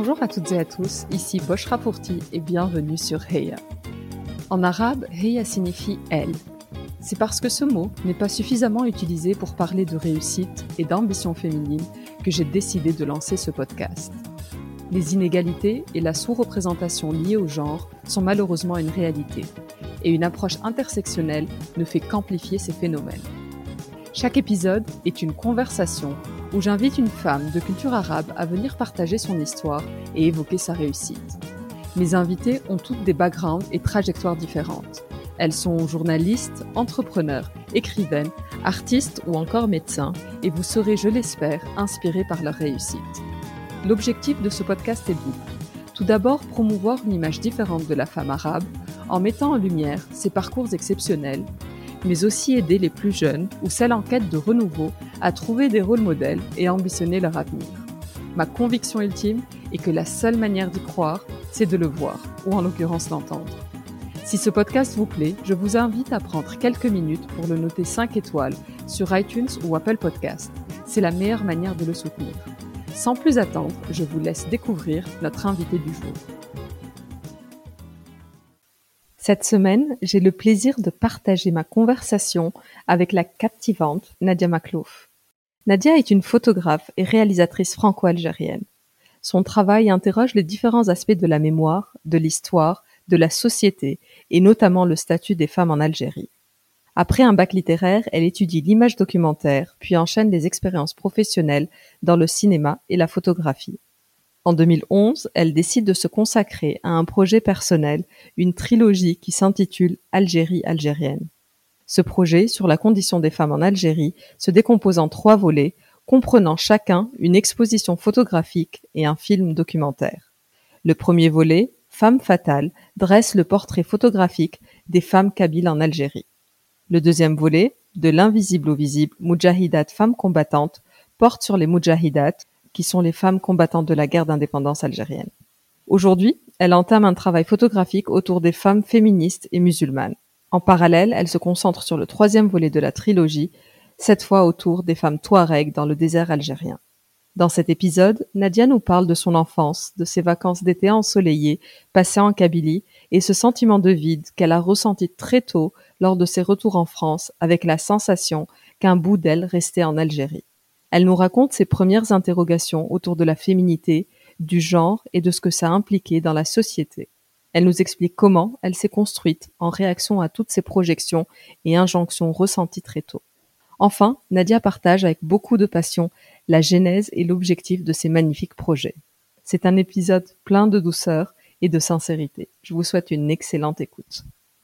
Bonjour à toutes et à tous, ici Boshra Pourti et bienvenue sur Heya. En arabe, Heya signifie elle. C'est parce que ce mot n'est pas suffisamment utilisé pour parler de réussite et d'ambition féminine que j'ai décidé de lancer ce podcast. Les inégalités et la sous-représentation liées au genre sont malheureusement une réalité, et une approche intersectionnelle ne fait qu'amplifier ces phénomènes. Chaque épisode est une conversation où j'invite une femme de culture arabe à venir partager son histoire et évoquer sa réussite. Mes invitées ont toutes des backgrounds et trajectoires différentes. Elles sont journalistes, entrepreneurs, écrivaines, artistes ou encore médecins, et vous serez, je l'espère, inspirés par leur réussite. L'objectif de ce podcast est double. Tout d'abord, promouvoir une image différente de la femme arabe, en mettant en lumière ses parcours exceptionnels, mais aussi aider les plus jeunes ou celles en quête de renouveau à trouver des rôles modèles et ambitionner leur avenir. Ma conviction ultime est que la seule manière d'y croire, c'est de le voir, ou en l'occurrence l'entendre. Si ce podcast vous plaît, je vous invite à prendre quelques minutes pour le noter 5 étoiles sur iTunes ou Apple Podcast. C'est la meilleure manière de le soutenir. Sans plus attendre, je vous laisse découvrir notre invité du jour. Cette semaine, j'ai le plaisir de partager ma conversation avec la captivante Nadia Makhlouf. Nadia est une photographe et réalisatrice franco-algérienne. Son travail interroge les différents aspects de la mémoire, de l'histoire, de la société et notamment le statut des femmes en Algérie. Après un bac littéraire, elle étudie l'image documentaire, puis enchaîne des expériences professionnelles dans le cinéma et la photographie. En 2011, elle décide de se consacrer à un projet personnel, une trilogie qui s'intitule Algérie algérienne. Ce projet, sur la condition des femmes en Algérie, se décompose en 3 volets, comprenant chacun une exposition photographique et un film documentaire. Le premier volet, Femme fatale, dresse le portrait photographique des femmes kabyles en Algérie. Le deuxième volet, De l'invisible au visible, Moudjahidat femmes combattantes, porte sur les Moudjahidat, qui sont les femmes combattantes de la guerre d'indépendance algérienne. Aujourd'hui, elle entame un travail photographique autour des femmes féministes et musulmanes. En parallèle, elle se concentre sur le 3e volet de la trilogie, cette fois autour des femmes touaregs dans le désert algérien. Dans cet épisode, Nadia nous parle de son enfance, de ses vacances d'été ensoleillées, passées en Kabylie, et ce sentiment de vide qu'elle a ressenti très tôt lors de ses retours en France, avec la sensation qu'un bout d'elle restait en Algérie. Elle nous raconte ses premières interrogations autour de la féminité, du genre et de ce que ça impliquait dans la société. Elle nous explique comment elle s'est construite en réaction à toutes ces projections et injonctions ressenties très tôt. Enfin, Nadia partage avec beaucoup de passion la genèse et l'objectif de ces magnifiques projets. C'est un épisode plein de douceur et de sincérité. Je vous souhaite une excellente écoute.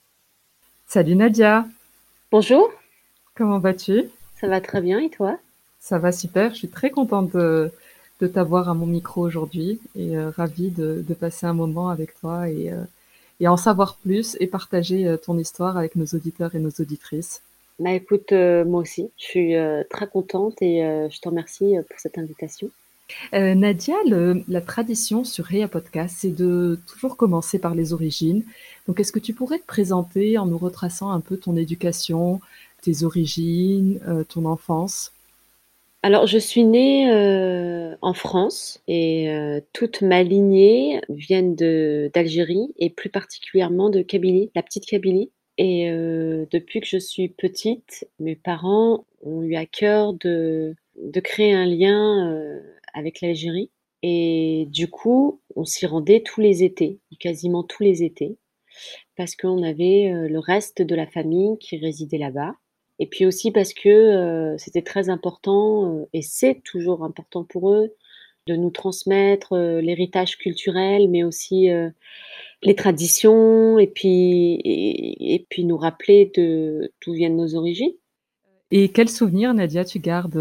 Salut Nadia. Bonjour. Comment vas-tu? Ça va très bien et toi? Ça va super, je suis très contente de t'avoir à mon micro aujourd'hui et ravie de passer un moment avec toi et en savoir plus et partager ton histoire avec nos auditeurs et nos auditrices. Bah écoute, moi aussi, je suis très contente et je te remercie pour cette invitation. Nadia, la tradition sur Heya Podcast, c'est de toujours commencer par les origines. Donc, est-ce que tu pourrais te présenter en nous retraçant un peu ton éducation, tes origines, ton enfance? Alors, je suis née en France et toute ma lignée viennent d'Algérie et plus particulièrement de Kabylie, la petite Kabylie. Et depuis que je suis petite, mes parents ont eu à cœur de créer un lien avec l'Algérie. Et du coup, on s'y rendait tous les étés, quasiment tous les étés, parce qu'on avait le reste de la famille qui résidait là-bas. Et puis aussi parce que c'était très important, et c'est toujours important pour eux, de nous transmettre l'héritage culturel, mais aussi les traditions, et puis nous rappeler d'où viennent nos origines. Et quels souvenirs, Nadia, tu gardes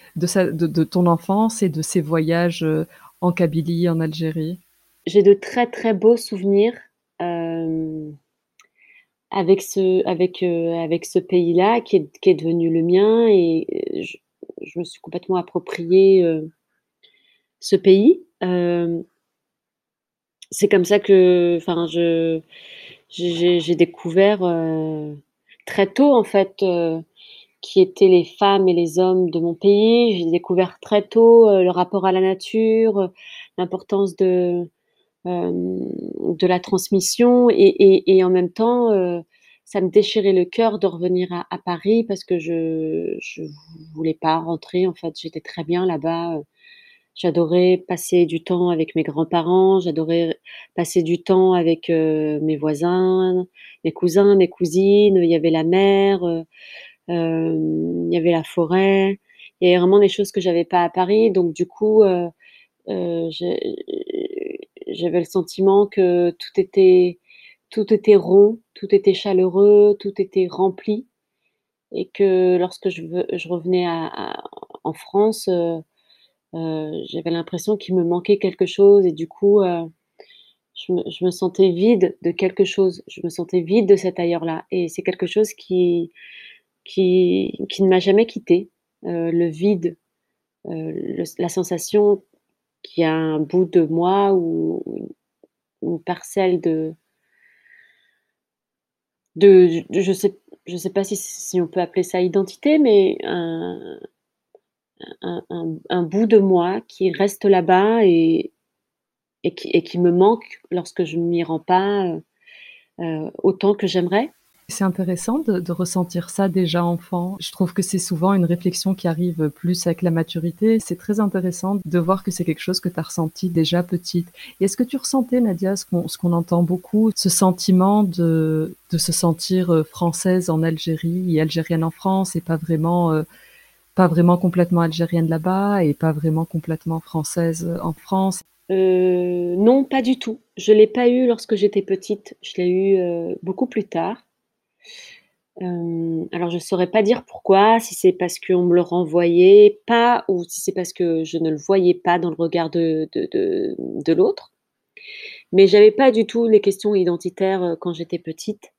de ton enfance et de ces voyages en Kabylie, en Algérie? J'ai de très très beaux souvenirs euh, avec ce pays-là qui est devenu le mien, et je me suis complètement approprié ce pays. C'est comme ça que, enfin, j'ai découvert très tôt en fait qui étaient les femmes et les hommes de mon pays. J'ai découvert très tôt le rapport à la nature, l'importance de la transmission et en même temps, ça me déchirait le cœur de revenir à Paris parce que je voulais pas rentrer en fait. J'étais très bien là-bas. J'adorais passer du temps avec mes grands-parents, j'adorais passer du temps avec, mes voisins, mes cousins, mes cousines. Il y avait la mer, il y avait la forêt. Il y avait vraiment des choses que j'avais pas à Paris donc du coup, j'ai j'avais le sentiment que tout était rond, tout était chaleureux, tout était rempli et que lorsque je revenais en France, j'avais l'impression qu'il me manquait quelque chose et du coup, je me sentais vide de quelque chose. Je me sentais vide de cet ailleurs-là et c'est quelque chose qui ne m'a jamais quittée, le vide, la sensation qu'il y a un bout de moi ou une parcelle de je sais pas si on peut appeler ça identité, mais un bout de moi qui reste là-bas et qui me manque lorsque je ne m'y rends pas, autant que j'aimerais. C'est intéressant de ressentir ça déjà enfant. Je trouve que c'est souvent une réflexion qui arrive plus avec la maturité. C'est très intéressant de voir que c'est quelque chose que tu as ressenti déjà petite. Et est-ce que tu ressentais, Nadia, ce qu'on entend beaucoup, ce sentiment de se sentir française en Algérie et algérienne en France et pas vraiment complètement algérienne là-bas et pas vraiment complètement française en France? Non, pas du tout. Je l'ai pas eu lorsque j'étais petite, je l'ai eu, beaucoup plus tard. Alors je saurais pas dire pourquoi, si c'est parce qu'on me le renvoyait pas ou si c'est parce que je ne le voyais pas dans le regard de l'autre. Mais j'avais pas du tout les questions identitaires, quand j'étais petite.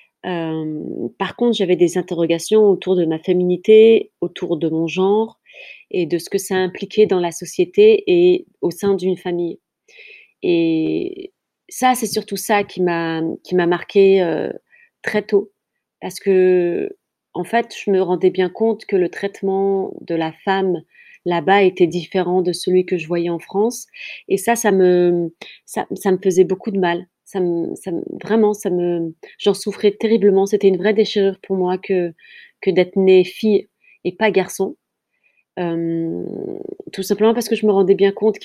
Par contre, j'avais des interrogations autour de ma féminité, autour de mon genre et de ce que ça impliquait dans la société et au sein d'une famille. Et ça, c'est surtout ça qui m'a marquée, très tôt. Parce qu'en fait, je me rendais bien compte que le traitement de la femme là-bas était différent de celui que je voyais en France et ça me faisait beaucoup de mal. Vraiment, j'en souffrais terriblement. C'était une vraie déchirure pour moi que d'être née fille et pas garçon. Hem, Tout simplement parce que je me rendais bien compte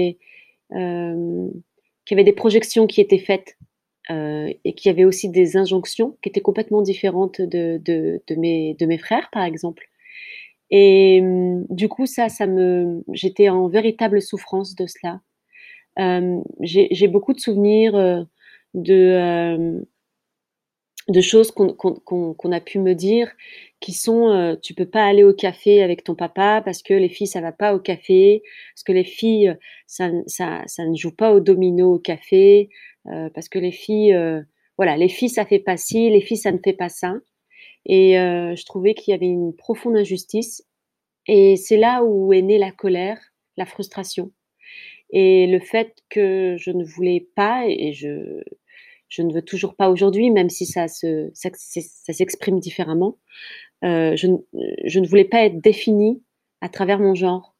hem, qu'il y avait des projections qui étaient faites, et qu'il y avait aussi des injonctions qui étaient complètement différentes de mes frères, par exemple. Et du coup, j'étais en véritable souffrance de cela. J'ai beaucoup de souvenirs, de, hem de choses qu'on a pu me dire qui sont, «Tu peux pas aller au café avec ton papa parce que les filles ça va pas au café, parce que les filles, ça ne joue pas aux dominos au café, parce que les filles, voilà, les filles ça fait pas ci, les filles ça ne fait pas ça» et je trouvais qu'il y avait une profonde injustice et c'est là où est née la colère, la frustration et le fait que je ne voulais pas et je ne veux toujours pas aujourd'hui, même si ça s'exprime différemment. Je ne voulais pas être définie à travers mon genre.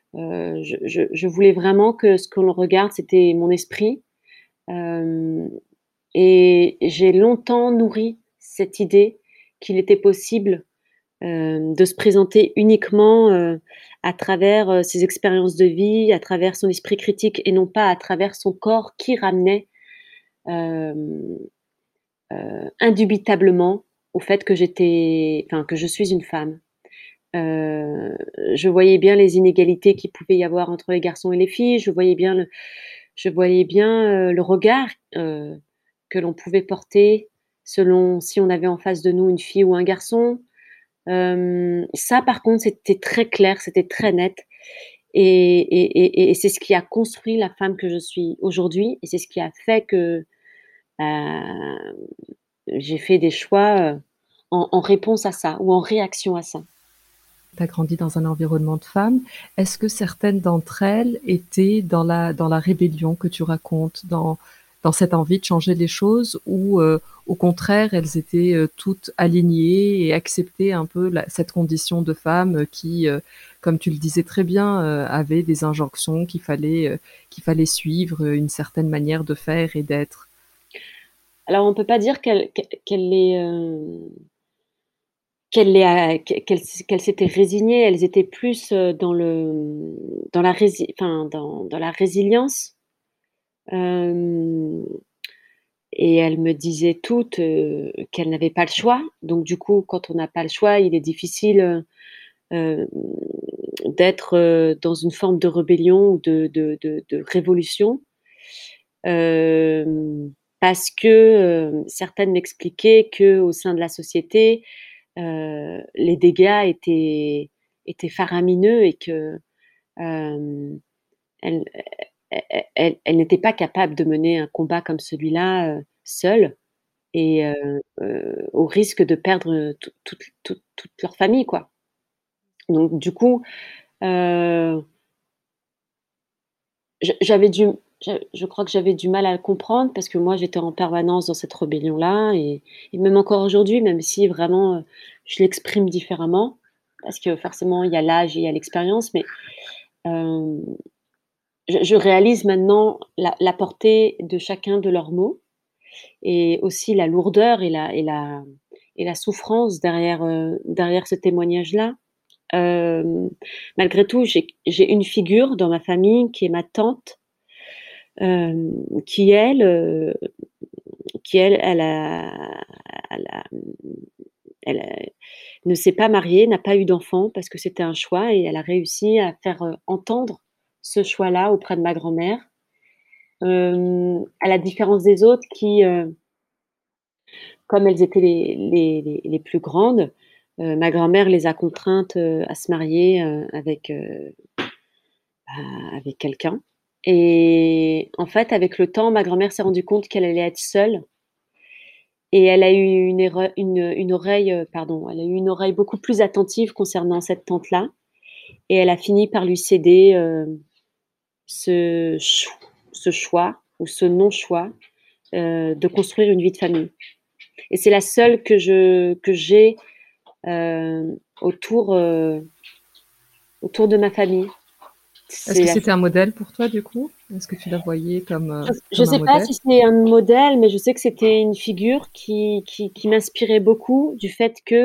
Je voulais vraiment que ce qu'on regarde, c'était mon esprit. Hem Et j'ai longtemps nourri cette idée qu'il était possible, de se présenter uniquement, à travers, ses expériences de vie, à travers son esprit critique et non pas à travers son corps qui ramenait, hem indubitablement au fait que je suis une femme. Heu, je voyais bien les inégalités qu'il pouvait y avoir entre les garçons et les filles. Je voyais bien, le regard, que l'on pouvait porter selon si on avait en face de nous une fille ou un garçon. Ça par contre, c'était très clair, c'était très net et c'est ce qui a construit la femme que je suis aujourd'hui et c'est ce qui a fait que, bah j'ai fait des choix, en réponse à ça ou en réaction à ça. Tu as grandi dans un environnement de femmes. Est-ce que certaines d'entre elles étaient dans la rébellion que tu racontes, dans cette envie de changer les choses ou au contraire, elles étaient toutes alignées et acceptaient un peu cette condition de femme qui, comme tu le disais très bien, avait des injonctions qu'il fallait suivre, une certaine manière de faire et d'être. Alors on peut pas dire qu'elles s'étaient résignées, elles étaient plus dans la résilience. Euh, et elles me disaient toutes qu'elles n'avaient pas le choix. Donc du coup, quand on n'a pas le choix, il est difficile euh, d'être dans une forme de rébellion ou de révolution. Euh, Parce que certaines m'expliquaient que au sein de la société, les dégâts étaient faramineux et que euh, elles, elles n'étaient pas capables de mener un combat comme celui-là seules et au risque de perdre toute leur famille, quoi. Donc du coup, euh, j'avais je crois que j'avais du mal à le comprendre parce que moi j'étais en permanence dans cette rébellion-là et même encore aujourd'hui, même si vraiment je l'exprime différemment, parce que forcément il y a l'âge et il y a l'expérience, mais euh, je réalise maintenant la portée de chacun de leurs mots et aussi la lourdeur et la souffrance derrière ce témoignage-là. Euh, Malgré tout, j'ai une figure dans ma famille qui est ma tante, euh, qui elle, euh, qui elle, a- elle a- ne s'est pas mariée, n'a pas eu d'enfant parce que c'était un choix et elle a réussi à faire entendre ce choix-là auprès de ma grand-mère. À la différence des autres qui, comme elles étaient les plus grandes, ma grand-mère les a contraintes à se marier avec quelqu'un. Et en fait, avec le temps, ma grand-mère s'est rendue compte qu'elle allait être seule. Et elle a eu une oreille, pardon, elle a eu une oreille beaucoup plus attentive concernant cette tante-là. Et elle a fini par lui céder ce, ce choix ou ce non-choix de construire une vie de famille. Et c'est la seule que j'ai euh, autour, euh, autour de ma famille. Est-ce C'est que la c'était un modèle pour toi, du coup? Est-ce que tu la voyais Je comme un sais pas modèle? si c'est un modèle, mais je sais que c'était une figure qui m'inspirait beaucoup du fait que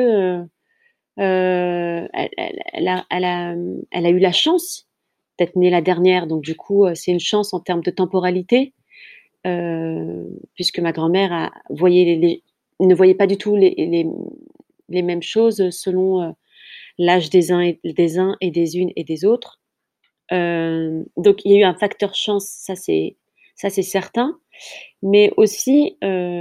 elle a eu la chance d'être née la dernière, donc du coup, c'est une chance en termes de temporalité, puisque ma grand-mère ne voyait pas du tout les mêmes choses selon l'âge des uns et des unes et des autres. Donc il y a eu un facteur chance, ça c'est certain. Mais aussi,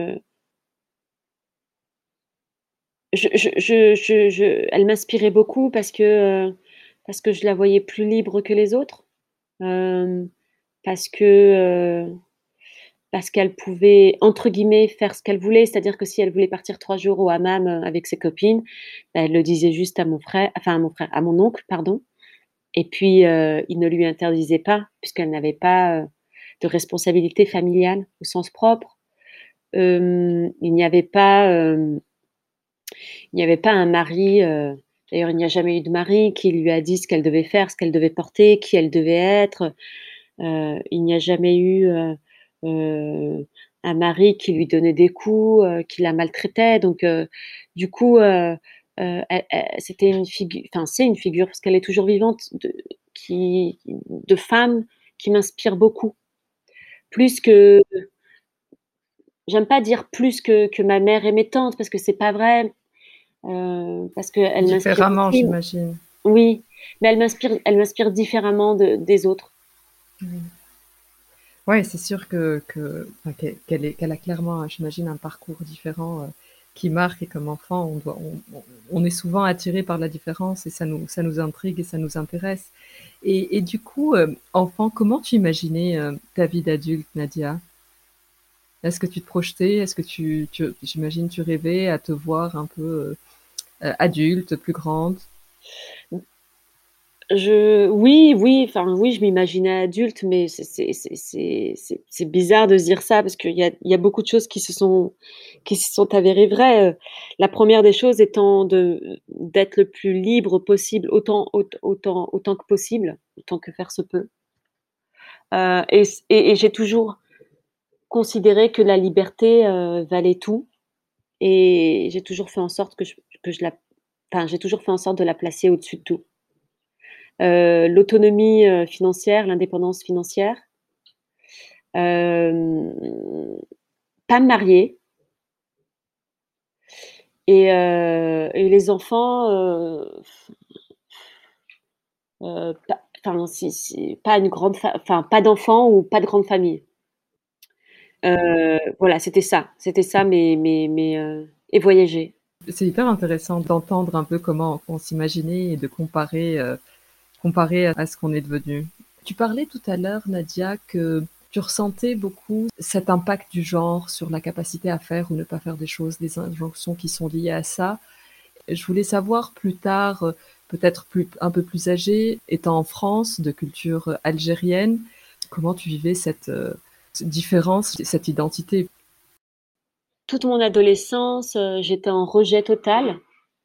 elle m'inspirait beaucoup parce que je la voyais plus libre que les autres, euh, parce que parce qu'elle pouvait entre guillemets faire ce qu'elle voulait, c'est-à-dire que si elle voulait partir 3 jours au hammam avec ses copines, ben, elle le disait juste à mon oncle, pardon, et puis il ne lui interdisait pas puisqu'elle n'avait pas de responsabilité familiale au sens propre. Il n'y avait pas Il n'y avait pas un mari, d'ailleurs il n'y a jamais eu de mari qui lui a dit ce qu'elle devait faire, ce qu'elle devait porter, qui elle devait être. Il n'y a jamais eu euh, un mari qui lui donnait des coups, qui la maltraitait. Donc du coup, c'était une figure, enfin c'est une figure parce qu'elle est toujours vivante de femme qui m'inspire beaucoup. Plus que, j'aime pas dire plus que ma mère et mes tantes parce que c'est pas vrai. Parce qu'elle m'inspire Différemment, aussi. j'imagine. Oui, mais elle m'inspire différemment des autres. Ouais, c'est sûr enfin, qu'elle a clairement, j'imagine, un parcours différent qui marque et comme enfant, on est souvent attiré par la différence et ça nous intrigue et ça nous intéresse. Et du coup, enfant, comment tu imaginais ta vie d'adulte, Nadia? Est-ce que tu te projetais? Est-ce que j'imagine, tu rêvais à te voir un peu adulte, plus grande? Oui, enfin, oui, je m'imaginais adulte, mais c'est bizarre de se dire ça parce qu'il y a beaucoup de choses qui se sont avérées vraies. La première des choses étant d'être le plus libre possible, autant que possible, autant que faire se peut. Et j'ai toujours considéré que la liberté valait tout, et j'ai toujours fait en sorte j'ai toujours fait en sorte de la placer au-dessus de tout. L'autonomie financière, l'indépendance financière, pas me marier, et les enfants, pas une enfin pas d'enfants ou pas de grande famille. Voilà, c'était ça et voyager. C'est hyper intéressant d'entendre un peu comment on s'imaginait et de comparer à ce qu'on est devenu. Tu parlais tout à l'heure, Nadia, que tu ressentais beaucoup cet impact du genre sur la capacité à faire ou ne pas faire des choses, des injonctions qui sont liées à ça. Je voulais savoir plus tard, peut-être un peu plus âgé, étant en France, de culture algérienne, comment tu vivais cette différence, cette identité. Toute mon adolescence, j'étais en rejet total.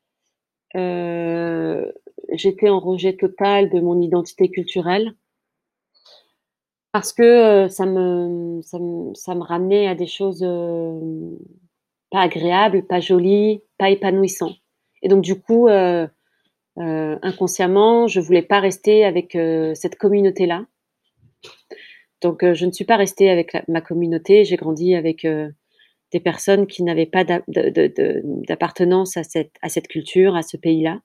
Heu, J'étais en rejet total de mon identité culturelle parce que, ça me ramenait à des choses, pas agréables, pas jolies, pas épanouissantes, et donc du coup, inconsciemment, je voulais pas rester avec, cette communauté-là. Donc je ne suis pas restée avec ma communauté. J'ai grandi avec, des personnes qui n'avaient pas d'appartenance à cette culture, à ce pays-là.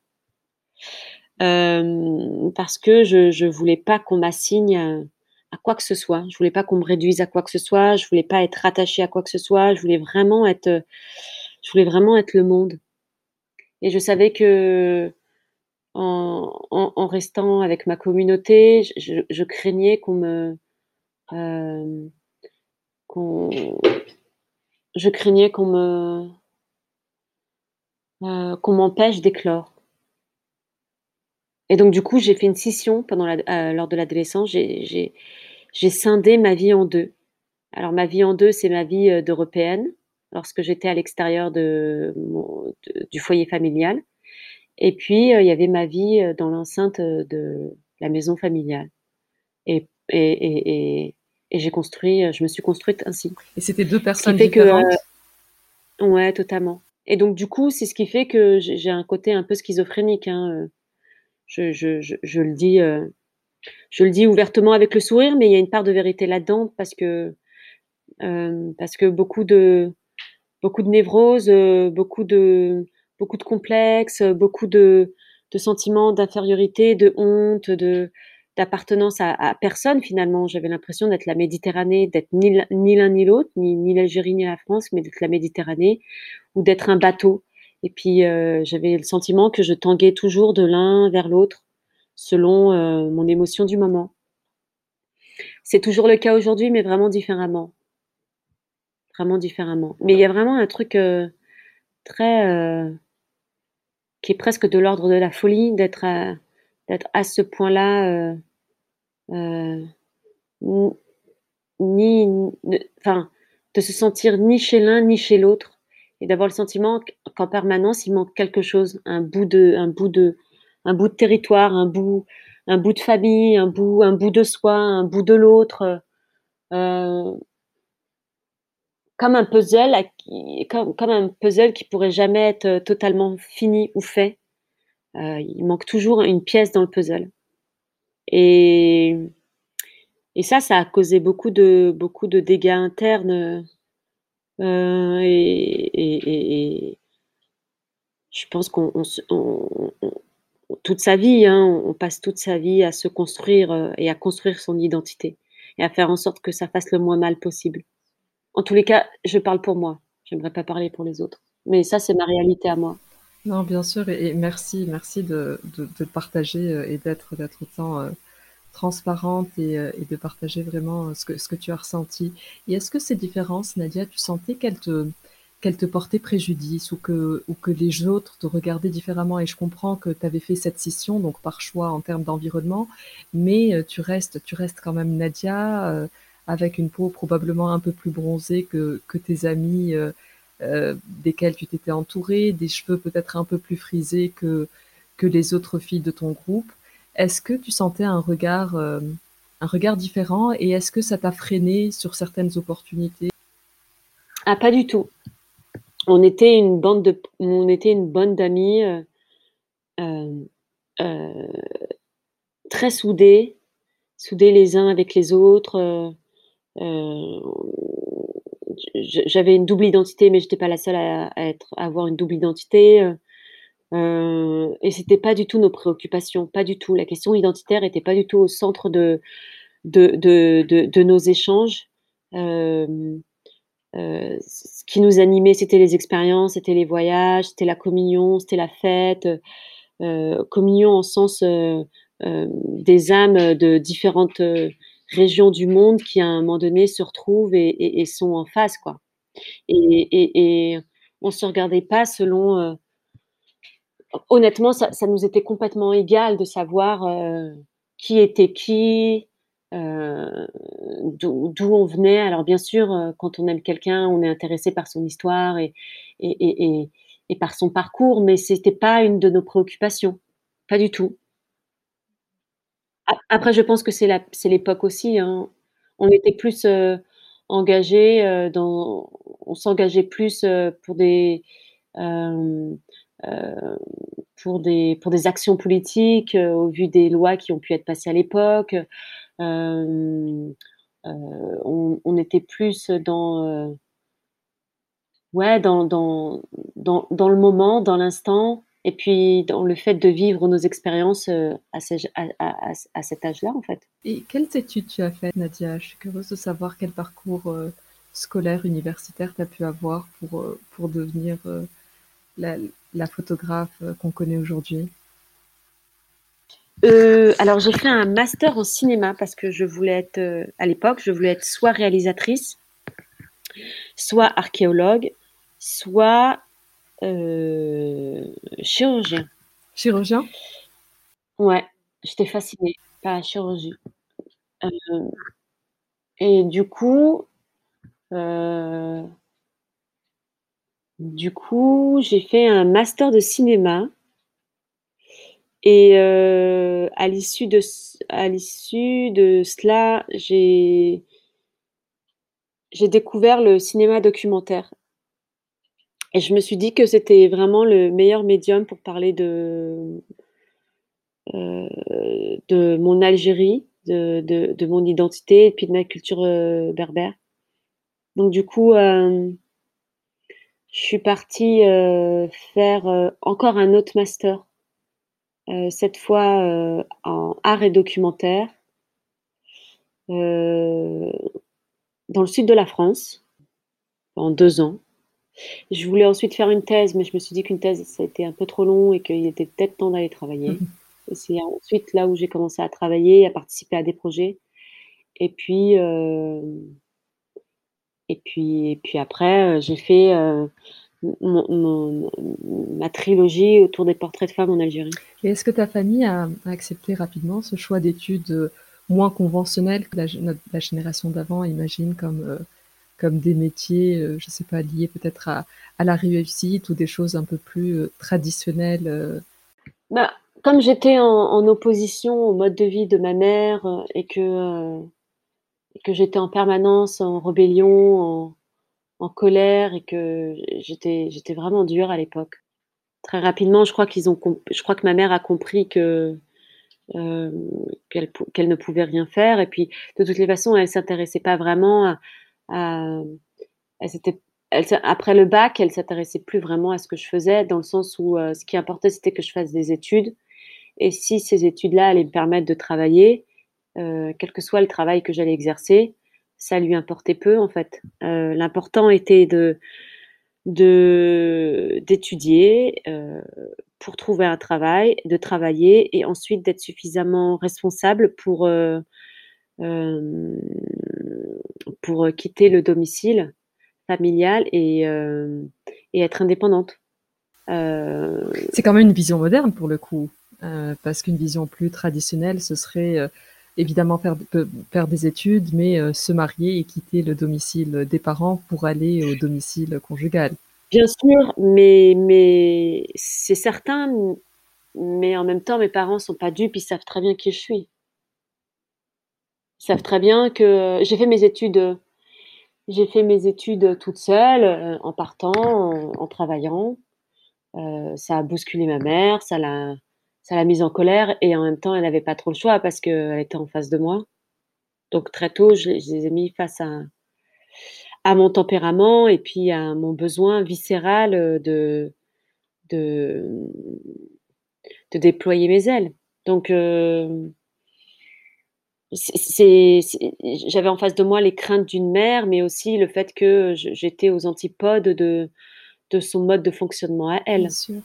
Parce que je voulais pas qu'on m'assigne, à quoi que ce soit. Je voulais pas qu'on me réduise à quoi que ce soit, je voulais pas être rattachée à quoi que ce soit, je voulais vraiment être le monde, et je savais qu'en en restant avec ma communauté, je craignais hem, qu'on je craignais qu'on m'empêche d'éclore, et donc du coup, j'ai fait une scission lors de l'adolescence. J'ai scindé ma vie en 2. Alors ma vie en 2, c'est ma vie, d'Européenne, lorsque j'étais à l'extérieur du foyer familial, et puis, il y avait ma vie, dans l'enceinte, de la maison familiale, et et et et je me suis construite ainsi. Et c'était deux Ce qui personnes fait que, différentes. ouais, totalement, et donc du coup, c'est ce qui fait que j'ai un côté un peu schizophrénique, hein, je le dis ouvertement avec le sourire, mais il y a une part de vérité là-dedans parce que beaucoup de névroses, beaucoup de complexes, beaucoup de sentiments d'infériorité, de honte, d'appartenance à personne finalement. J'avais l'impression d'être la Méditerranée, d'être ni l'un ni l'autre, ni l'Algérie ni la France, mais d'être la Méditerranée, ou d'être un bateau. Et puis j'avais le sentiment que je tanguais toujours de l'un vers l'autre selon mon émotion du moment. C'est toujours le cas aujourd'hui, mais vraiment différemment. Mais il y a vraiment un truc très qui est presque de l'ordre de la folie d'être à ce point-là, euh, ni, enfin, de se sentir ni chez l'un ni chez l'autre, et d'avoir le sentiment qu'en permanence il manque quelque chose, un bout de territoire, un bout de famille, un bout de soi, un bout de l'autre, euh, comme un puzzle, comme un puzzle qui pourrait jamais être totalement fini ou fait. Il manque toujours une pièce dans le puzzle. Et, et ça a causé beaucoup de dégâts internes. Et je pense toute sa vie, hein, on passe toute sa vie à se construire et à construire son identité et à faire en sorte que ça fasse le moins mal possible. En tous les cas, je parle pour moi. J'aimerais pas parler pour les autres. Mais ça, c'est ma réalité à moi. Non, bien sûr, et merci de partager et d'être autant transparente et de partager vraiment ce que tu as ressenti. Et est-ce que ces différences, Nadia, tu sentais qu'elle te portait préjudice ou que les autres te regardaient différemment. Et je comprends que tu avais fait cette scission, donc par choix en termes d'environnement, mais tu restes quand même Nadia, avec une peau probablement un peu plus bronzée que tes amis desquels tu t'étais entourée, des cheveux peut-être un peu plus frisés que les autres filles de ton groupe. Est-ce que tu sentais un regard différent et est-ce que ça t'a freiné sur certaines opportunités? Ah, pas du tout. On était une bande d'amis euh, euh, très soudés les uns avec les autres. Euh, J'avais une double identité, mais j'étais pas la seule à avoir une double identité. Et c'était pas du tout nos préoccupations, pas du tout. La question identitaire était pas du tout au centre de nos échanges. Euh, ce qui nous animait, c'était les expériences, c'était les voyages, c'était la communion, c'était la fête. Communion en sens des âmes de différentes régions du monde qui, à un moment donné, se retrouvent et sont en phase, quoi. Et on se regardait pas selon. Honnêtement, ça nous était complètement égal de savoir qui était qui, euh, d'où on venait. Alors bien sûr, quand on aime quelqu'un, on est intéressé par son histoire et, et, et, et par son parcours, mais c'était pas une de nos préoccupations, pas du tout. Après, je pense que c'est l'époque aussi, hein. On était plus engagés on s'engageait plus euh, euh, pour des actions politiques au vu des lois qui ont pu être passées à l'époque. Euh, on était plus ouais, dans le moment, dans l'instant, et puis dans le fait de vivre nos expériences à cet âge-là, en fait. Et quelles études tu as faites, Nadia? Je suis curieuse de savoir quel parcours scolaire, universitaire tu as pu avoir pour devenir la, la photographe qu'on connaît aujourd'hui. Alors j'ai fait un master en cinéma parce que je voulais être, à l'époque, je voulais être soit réalisatrice, soit archéologue, soit chirurgien. Chirurgien? Ouais, j'étais fascinée par la chirurgie. Euh, et euh, du coup, j'ai fait un master de cinéma et à l'issue de cela, j'ai découvert le cinéma documentaire. Et je me suis dit que c'était vraiment le meilleur médium pour parler de mon Algérie, de mon identité et puis de ma culture berbère. Donc du coup, je suis partie faire encore un autre master, cette fois en art et documentaire, euh, dans le sud de la France, en 2 ans. Je voulais ensuite faire une thèse, mais je me suis dit qu'une thèse, ça a été un peu trop long et qu'il était peut-être temps d'aller travailler. Et c'est ensuite là où j'ai commencé à travailler, à participer à des projets. Et puis, euh, et puis après, j'ai fait ma trilogie autour des portraits de femmes en Algérie. Et est-ce que ta famille a accepté rapidement ce choix d'études moins conventionnelles que la génération d'avant imagine comme des métiers, je sais pas, liés peut-être à la réussite ou des choses un peu plus traditionnelles Bah, comme j'étais en opposition au mode de vie de ma mère et que j'étais en permanence en rébellion, en colère et que j'étais vraiment dure à l'époque. Très rapidement, je crois que ma mère a compris euh, qu'elle ne pouvait rien faire. Et puis, de toutes les façons, elle s'intéressait pas vraiment à- elle s'était, après le bac, elle s'intéressait plus vraiment à ce que je faisais, dans le sens où ce qui importait, c'était que je fasse des études. Et si ces études-là allaient me permettre de travailler, quel que soit le travail que j'allais exercer, ça lui importait peu en fait. L'important était d'étudier pour trouver un travail, de travailler et ensuite d'être suffisamment responsable euh, pour quitter le domicile familiale et être indépendante. C'est quand même une vision moderne pour le coup, parce qu'une vision plus traditionnelle, ce serait évidemment faire des études, mais se marier et quitter le domicile des parents pour aller au domicile conjugal. Bien sûr, mais c'est certain, mais en même temps, mes parents sont pas dupes, ils savent très bien qui je suis. Ils savent très bien que j'ai fait mes études toute seule, en partant, en travaillant. Ça a bousculé ma mère, ça l'a mise en colère et en même temps, elle n'avait pas trop le choix parce qu'elle était en face de moi. Donc très tôt, je les ai mis face à mon tempérament et puis à mon besoin viscéral de, de déployer mes ailes. Donc, j'avais en face de moi les craintes d'une mère, mais aussi le fait que j'étais aux antipodes de son mode de fonctionnement à Bien elle. sûr.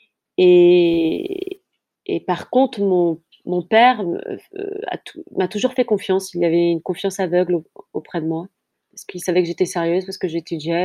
Et, et par contre, mon père m'a toujours fait confiance. Il avait une confiance aveugle auprès de moi. Parce qu'il savait que j'étais sérieuse, parce que j'étudiais,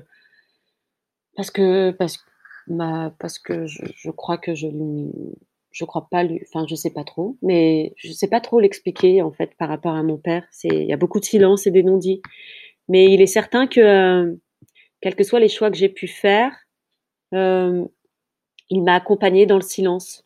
parce que, parce que je crois que je crois pas lui, enfin, je sais pas trop, mais je sais pas trop l'expliquer, en fait, par rapport à mon père. Il y a beaucoup de silence et des non-dits. Mais il est certain que, quels que soient les choix que j'ai pu faire, euh, il m'a accompagnée dans le silence.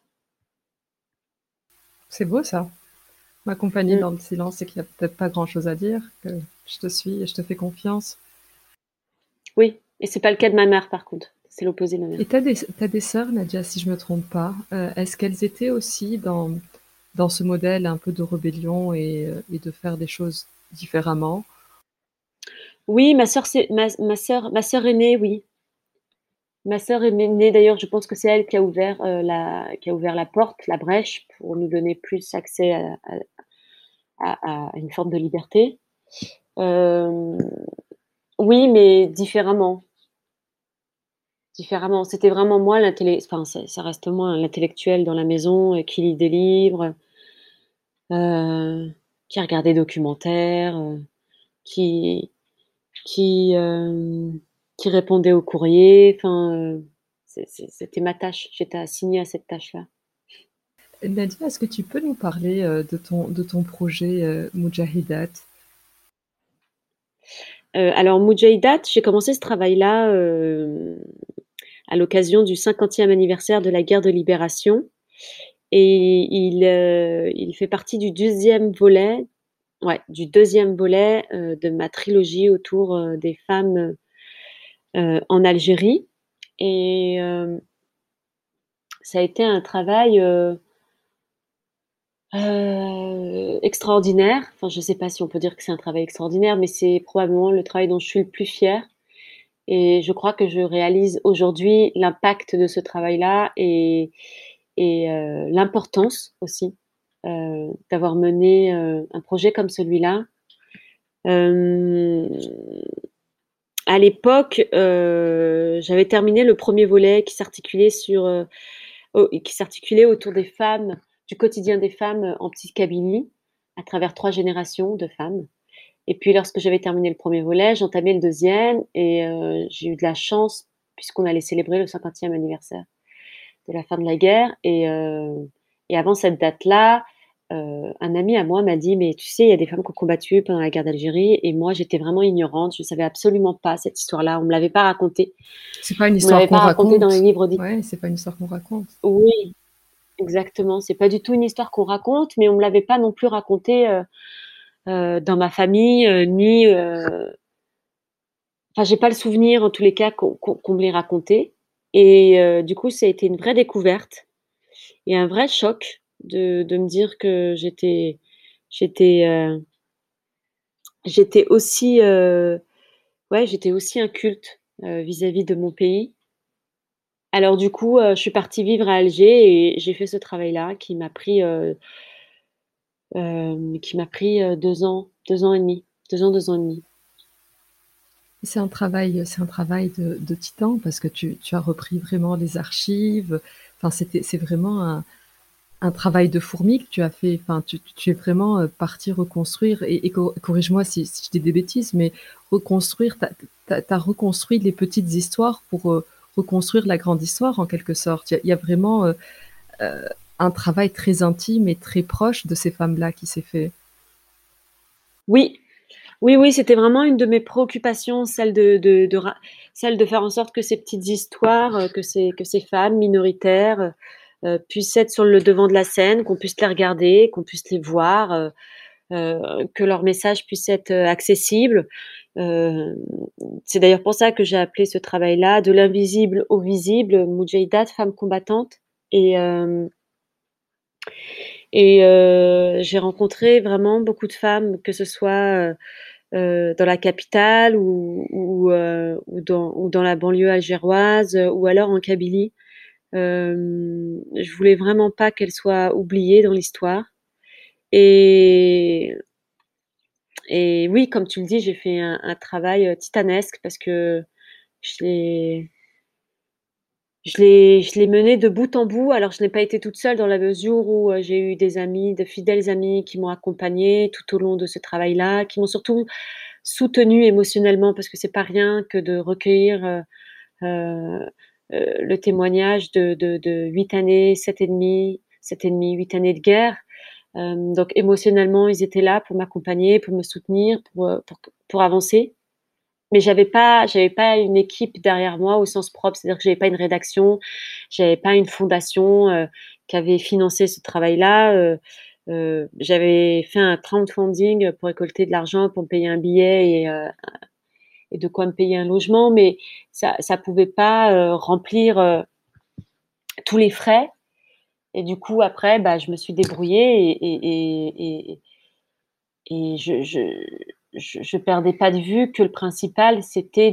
C'est beau ça. M'accompagner Mm. dans le silence et qu'il n'y a peut-être pas grand-chose à dire, que je te suis et je te fais confiance. Oui, et c'est pas le cas de ma mère, par contre. C'est l'opposé de ma Et mère. t'as des sœurs, Nadia, si je me trompe pas. Est-ce qu'elles étaient aussi dans ce modèle un peu de rébellion et de faire des choses différemment? Oui, ma sœur aînée, oui. Ma sœur aînée, d'ailleurs, je pense que c'est elle qui a ouvert qui a ouvert la porte, la brèche, pour nous donner plus accès à une forme de liberté. Euh, oui, mais différemment. Différemment. C'était vraiment moi enfin, ça reste moi l'intellectuel dans la maison, qui lit des livres, euh, qui regarde des documentaires, qui, qui, euh, qui répondait aux courriers. Enfin, c'était ma tâche. J'étais assignée à cette tâche-là. Nadia, est-ce que tu peux nous parler de ton projet Mujahidat? Alors, Mujaidat, j'ai commencé ce travail-là à l'occasion du 50e anniversaire de la guerre de libération. Et il fait partie du deuxième volet de ma trilogie autour des femmes en Algérie. Et ça a été un travail extraordinaire. Enfin, je ne sais pas si on peut dire que c'est un travail extraordinaire, mais c'est probablement le travail dont je suis le plus fière. Et je crois que je réalise aujourd'hui l'impact de ce travail-là et l'importance aussi d'avoir mené un projet comme celui-là. Euh, à l'époque, j'avais terminé le premier volet qui s'articulait autour des femmes, du quotidien des femmes en petite Kabylie, à travers 3 générations de femmes. Et puis, lorsque j'avais terminé le premier volet, j'entamais le deuxième et j'ai eu de la chance puisqu'on allait célébrer le 50e anniversaire de la fin de la guerre. Et avant cette date-là, un ami à moi m'a dit, mais tu sais, il y a des femmes qui ont combattu pendant la guerre d'Algérie. Et moi, j'étais vraiment ignorante. Je ne savais absolument pas cette histoire-là. On ne me l'avait pas racontée. C'est pas une On ne histoire l'avait qu'on pas racontée dans les raconte. livres d'histoire. Ouais, c'est pas une histoire qu'on raconte. Oui, exactement. C'est pas du tout une histoire qu'on raconte, mais on ne me l'avait pas non plus racontée dans ma famille, ni enfin, j'ai pas le souvenir, en tous les cas, qu'on me l'ait raconté. Et du coup, ça a été une vraie découverte et un vrai choc de me dire que j'étais, j'étais aussi, ouais, j'étais aussi inculte vis-à-vis de mon pays. Alors du coup, je suis partie vivre à Alger et j'ai fait ce travail-là qui m'a pris 2 ans et demi, 2 ans, 2 ans et demi. C'est un travail de titan parce que tu as repris vraiment les archives. Enfin, c'est vraiment un travail de fourmi que tu as fait. Enfin, tu es vraiment partie reconstruire, et corrige-moi si je dis des bêtises, mais reconstruire, t'as reconstruit les petites histoires pour reconstruire la grande histoire en quelque sorte. Il y a vraiment euh, un travail très intime et très proche de ces femmes-là qui s'est fait. Oui, oui, oui, c'était vraiment une de mes préoccupations, celle de faire en sorte que ces petites histoires, que ces femmes minoritaires puissent être sur le devant de la scène, qu'on puisse les regarder, qu'on puisse les voir, que leur message puisse être accessible. Euh, c'est d'ailleurs pour ça que j'ai appelé ce travail-là de l'invisible au visible, Moudjahidat, femme combattante. Et, euh, et j'ai rencontré vraiment beaucoup de femmes, que ce soit dans la capitale ou dans la banlieue algéroise ou alors en Kabylie. Je voulais vraiment pas qu'elles soient oubliées dans l'histoire. Et, et oui, comme tu le dis, j'ai fait un travail titanesque parce que je l'ai, je l'ai mené de bout en bout. Alors, je n'ai pas été toute seule dans la mesure où j'ai eu des amis, de fidèles amis qui m'ont accompagnée tout au long de ce travail-là, qui m'ont surtout soutenue émotionnellement parce que c'est pas rien que de recueillir euh, le témoignage de 8 années, 7 et demi, 8 années de guerre. Donc émotionnellement, ils étaient là pour m'accompagner, pour me soutenir, pour avancer. Mais j'avais pas une équipe derrière moi au sens propre, c'est-à-dire que j'avais pas une rédaction, j'avais pas une fondation qui avait financé ce travail-là. J'avais fait un crowdfunding pour récolter de l'argent pour me payer un billet et de quoi me payer un logement, mais ça pouvait pas remplir tous les frais. Et du coup, après, bah, je me suis débrouillée et je perdais pas de vue que le principal, c'était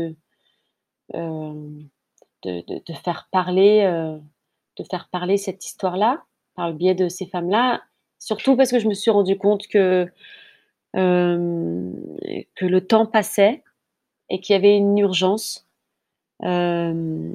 euh, de faire parler cette histoire-là par le biais de ces femmes-là. Surtout parce que je me suis rendu compte euh, que le temps passait et qu'il y avait une urgence. Euh,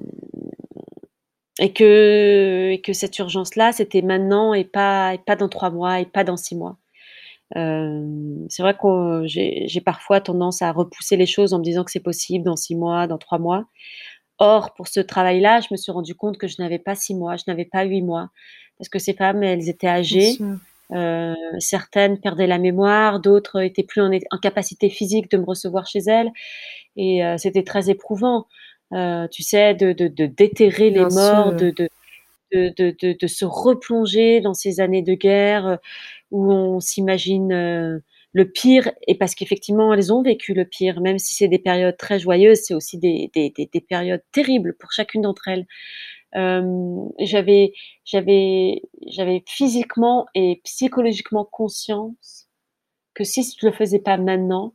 et que cette urgence-là, c'était maintenant et pas dans 3 mois et pas dans 6 mois. C'est vrai que j'ai parfois tendance à repousser les choses en me disant que c'est possible dans 6 mois, dans 3 mois. Or, pour ce travail-là, je me suis rendu compte que je n'avais pas 6 mois, je n'avais pas 8 mois, parce que ces femmes, elles étaient Bien âgées. sûr. Certaines perdaient la mémoire, d'autres étaient plus en capacité physique de me recevoir chez elles, et c'était très éprouvant. Tu sais, de déterrer les Bien morts, sûr. de se replonger dans ces années de guerre où on s'imagine le pire, et parce qu'effectivement, elles ont vécu le pire, même si c'est des périodes très joyeuses, c'est aussi des périodes terribles pour chacune d'entre elles. J'avais, j'avais physiquement et psychologiquement conscience que si je le faisais pas maintenant,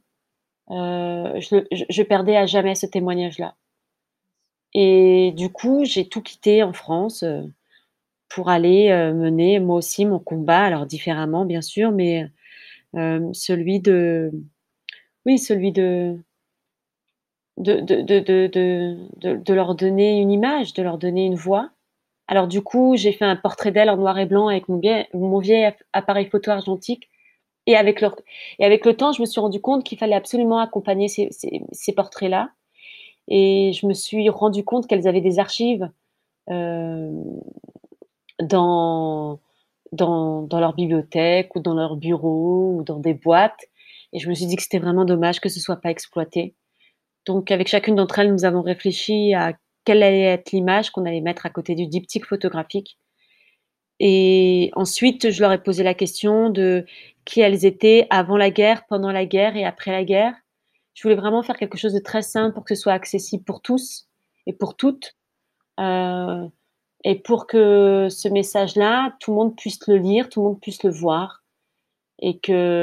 je perdais à jamais ce témoignage-là. Et du coup, j'ai tout quitté en France pour aller mener moi aussi mon combat, alors différemment bien sûr, mais celui de, oui, celui de leur donner une image, de leur donner une voix. Alors du coup, j'ai fait un portrait d'elle en noir et blanc avec mon vieil appareil photo argentique. Et avec le temps, je me suis rendu compte qu'il fallait absolument accompagner ces portraits-là. Et je me suis rendu compte qu'elles avaient des archives euh, dans, dans leur bibliothèque ou dans leur bureau ou dans des boîtes. Et je me suis dit que c'était vraiment dommage que ce soit pas exploité. Donc, avec chacune d'entre elles, nous avons réfléchi à quelle allait être l'image qu'on allait mettre à côté du diptyque photographique. Et ensuite, je leur ai posé la question de qui elles étaient avant la guerre, pendant la guerre et après la guerre. Je voulais vraiment faire quelque chose de très simple pour que ce soit accessible pour tous et pour toutes. Euh, et pour que ce message-là, tout le monde puisse le lire, tout le monde puisse le voir. Et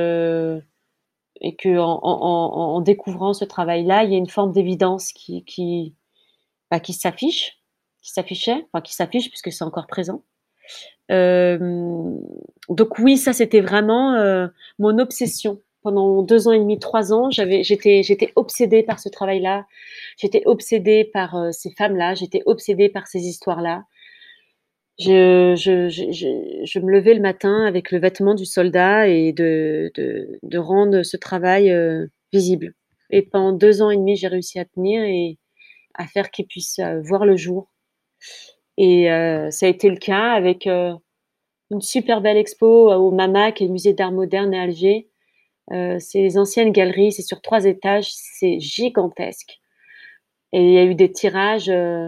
en découvrant ce travail-là, il y a une forme d'évidence qui s'affichait, enfin qui s'affiche puisque c'est encore présent. Euh, donc oui, ça c'était vraiment mon obsession. Pendant 2 ans et demi, 3 ans, j'étais obsédée par ce travail-là. J'étais obsédée par ces femmes-là. J'étais obsédée par ces histoires-là. Je me levais le matin avec le vêtement du soldat et de rendre ce travail visible. Et pendant 2 ans et demi, j'ai réussi à tenir et à faire qu'il puisse voir le jour. Et ça a été le cas avec une super belle expo au MAMA, qui est le musée d'art moderne à Alger. C'est les anciennes galeries, c'est sur 3 étages, c'est gigantesque. Et il y a eu des tirages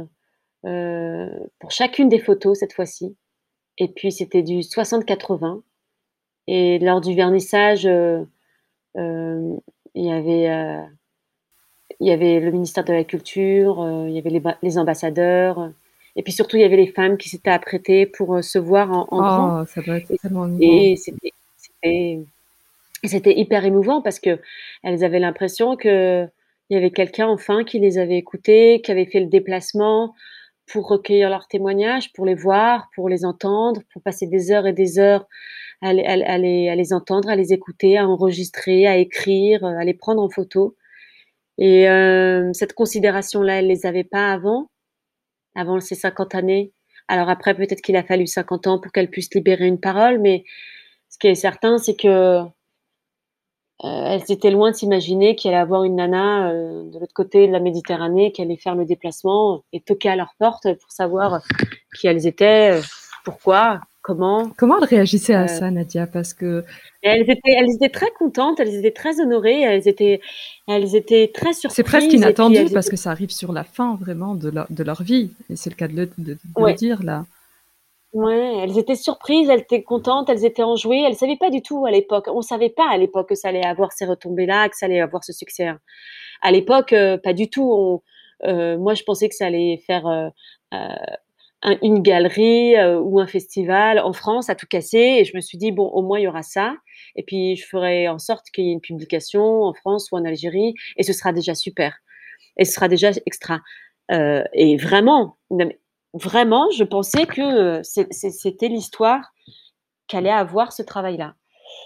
pour chacune des photos cette fois-ci. Et puis c'était du 60-80. Et lors du vernissage, euh, il y avait, euh, il y avait le ministère de la Culture, il y avait les ambassadeurs, et puis surtout il y avait les femmes qui s'étaient apprêtées pour se voir en grand. Oh, ça doit être Et, tellement émouvant. et c'était hyper émouvant parce que elles avaient l'impression que il y avait quelqu'un enfin qui les avait écoutées, qui avait fait le déplacement pour recueillir leurs témoignages, pour les voir, pour les entendre, pour passer des heures et des heures à les entendre, à les écouter, à enregistrer, à écrire, à les prendre en photo. Et cette considération-là, elle les avait pas avant ces 50 années. Alors après, peut-être qu'il a fallu 50 ans pour qu'elle puisse libérer une parole, mais ce qui est certain, c'est que elles étaient loin de s'imaginer qu'il allait avoir une nana de l'autre côté de la Méditerranée qui allait faire le déplacement et toquer à leur porte pour savoir qui elles étaient, pourquoi, comment. Comment elle réagissait à Euh, ça, Nadia? Parce que et elles étaient très contentes, elles étaient très honorées, elles étaient très c'est presque surprises et puis inattendu, elles parce étaient, que ça arrive sur la fin vraiment de leur vie. Et c'est le cas de le ouais, dire là. ouais, elles étaient surprises, elles étaient contentes, elles étaient enjouées. Elles savaient pas du tout à l'époque. On savait pas à l'époque que ça allait avoir ces retombées-là, que ça allait avoir ce succès. À l'époque, pas du tout. Moi, je pensais que ça allait faire euh, une galerie ou un festival en France à tout casser. Et je me suis dit, bon, au moins, il y aura ça. Et puis, je ferai en sorte qu'il y ait une publication en France ou en Algérie. Et ce sera déjà super. Et ce sera déjà extra. Et vraiment, non, mais vraiment, je pensais que c'était l'histoire qu'allait avoir ce travail-là.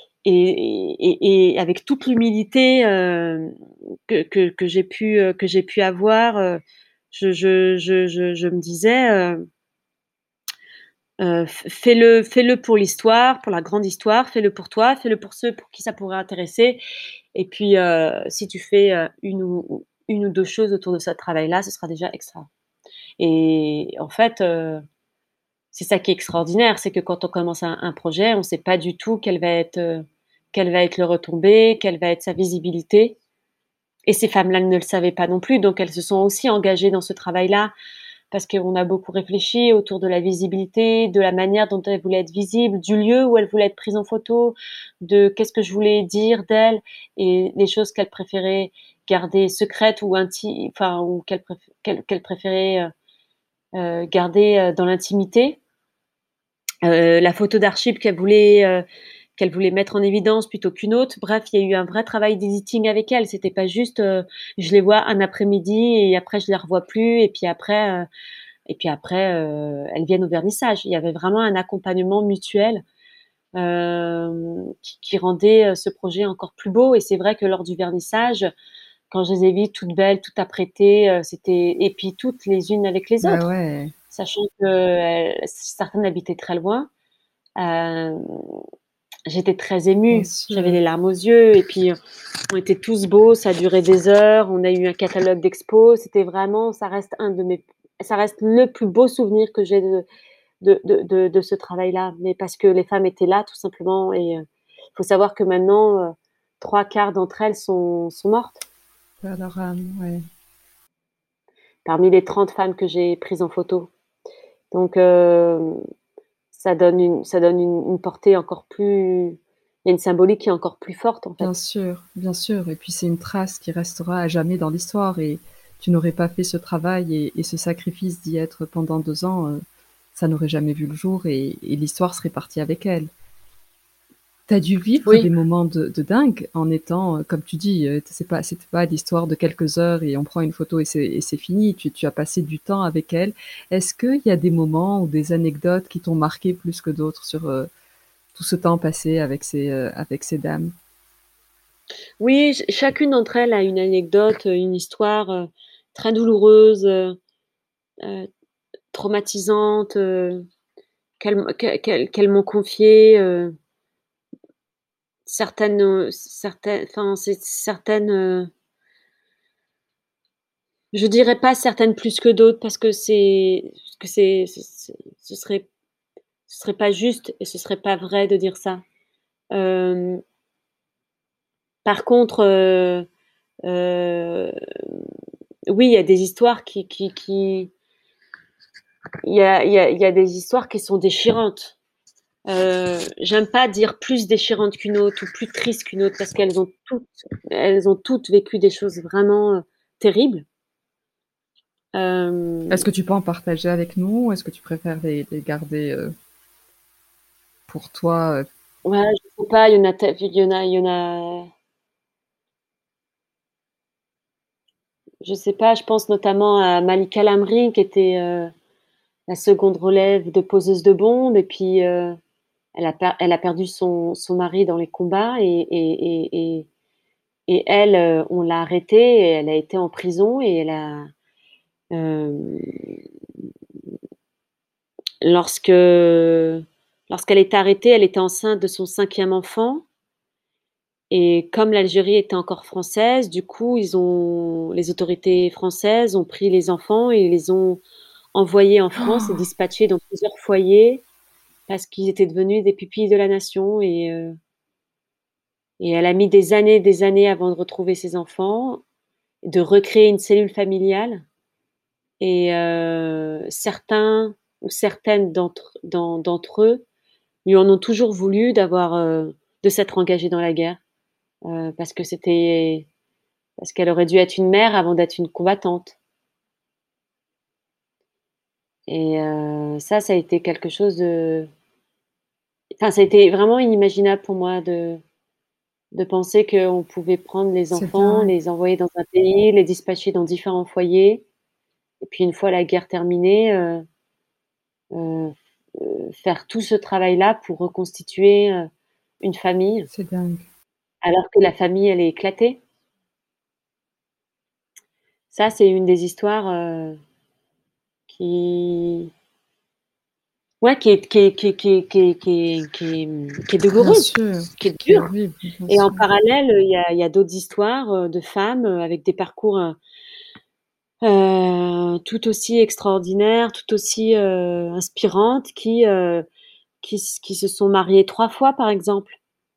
Et avec toute l'humilité que j'ai pu avoir, je me disais, fais-le pour l'histoire, pour la grande histoire, fais-le pour toi, fais-le pour ceux pour qui ça pourrait intéresser. Et puis, si tu fais une ou deux choses autour de ce travail-là, ce sera déjà extra. Et en fait, c'est ça qui est extraordinaire, c'est que quand on commence un projet, on ne sait pas du tout quelle va être le retombée, quelle va être sa visibilité. Et ces femmes-là ne le savaient pas non plus, donc elles se sont aussi engagées dans ce travail-là parce qu'on a beaucoup réfléchi autour de la visibilité, de la manière dont elles voulaient être visibles, du lieu où elles voulaient être prises en photo, de qu'est-ce que je voulais dire d'elles et les choses qu'elles préféraient garder secrètes ou intimes, enfin, ou qu'elles préféraient garder dans l'intimité. La photo d'archives qu'elle voulait mettre en évidence plutôt qu'une autre. Bref, il y a eu un vrai travail d'editing avec elle. C'était pas juste je les vois un après-midi et après je les revois plus et puis après elles viennent au vernissage. Il y avait vraiment un accompagnement mutuel qui rendait ce projet encore plus beau. Et c'est vrai que lors du vernissage, quand je les ai vues toutes belles, toutes apprêtées, c'était et puis toutes les unes avec les Bah autres, ouais, sachant que certaines habitaient très loin. Euh, J'étais très bien émue, j'avais sûr. les larmes aux yeux et puis on était tous beaux, ça a duré des heures, on a eu un catalogue d'expos, c'était vraiment, ça reste le plus beau souvenir que j'ai de ce travail-là, mais parce que les femmes étaient là tout simplement et il faut savoir que maintenant, 3/4 d'entre elles sont mortes. Alors, ouais. Parmi les 30 femmes que j'ai prises en photo. Donc, ça donne une portée encore plus. Il y a une symbolique qui est encore plus forte, en fait. Bien sûr, bien sûr. Et puis c'est une trace qui restera à jamais dans l'histoire. Et tu n'aurais pas fait ce travail et ce sacrifice d'y être pendant 2 ans, ça n'aurait jamais vu le jour et l'histoire serait partie avec elle. T'as dû vivre des Oui, moments de dingue en étant, comme tu dis, c'était pas l'histoire de quelques heures et on prend une photo et c'est fini. Tu as passé du temps avec elle. Est-ce qu'il y a des moments ou des anecdotes qui t'ont marqué plus que d'autres sur tout ce temps passé avec ces dames? oui, chacune d'entre elles a une anecdote, une histoire très douloureuse, euh, traumatisante. qu'elles m'ont confié certaines. Je dirais pas certaines plus que d'autres parce que ce serait pas juste et ce serait pas vrai de dire ça. Euh, Par contre, euh, oui, il y a des histoires il y a des histoires qui sont déchirantes. J'aime pas dire plus déchirantes qu'une autre ou plus tristes qu'une autre parce elles ont toutes vécu des choses vraiment terribles. Est-ce que tu peux en partager avec nous ou est-ce que tu préfères les garder pour toi? Ouais, je sais pas, il y en a, je sais pas, je pense notamment à Malika Lamri qui était la seconde relève de poseuse de bombes et puis elle a perdu son mari dans les combats et elle, on l'a arrêtée et elle a été en prison et euh, lorsque, lorsqu'elle est arrêtée, elle était enceinte de son 5e enfant. Et comme l'Algérie était encore française, du coup, les autorités françaises ont pris les enfants et les ont envoyés en France et Oh, dispatchés dans plusieurs foyers parce qu'ils étaient devenus des pupilles de la nation. Et elle a mis des années avant de retrouver ses enfants, de recréer une cellule familiale. Et certains ou certaines d'entre eux lui en ont toujours voulu de s'être engagée dans la guerre parce que parce qu'elle aurait dû être une mère avant d'être une combattante. Et ça a été quelque chose de, enfin, ça a été vraiment inimaginable pour moi de penser qu'on pouvait prendre les c'est enfants, dingue. les envoyer dans un pays, les dispatcher dans différents foyers, et puis une fois la guerre terminée, euh, faire tout ce travail-là pour reconstituer une famille, C'est dingue. alors que la famille, elle est éclatée. Ça, c'est une des histoires qui, ouais, qui est Bien douloureuse, sûr, qui est qui est dure. horrible, bien Et en sûr. parallèle, il y a d'autres histoires de femmes avec des parcours tout aussi extraordinaires, tout aussi inspirantes, qui se sont mariées 3 fois, par exemple,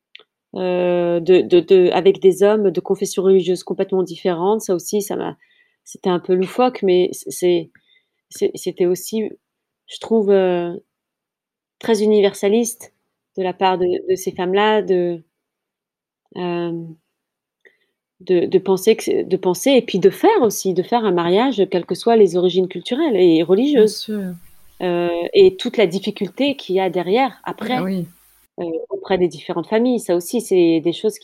avec des hommes de confessions religieuses complètement différentes. Ça aussi, c'était un peu loufoque, mais c'était aussi, je trouve, très universaliste de la part de ces femmes-là, euh, de penser et puis de faire aussi, de faire un mariage, quelles que soient les origines culturelles et Bien religieuses, sûr. et toute la difficulté qu'il y a derrière, Ah après, oui, auprès des différentes familles. Ça aussi, c'est des choses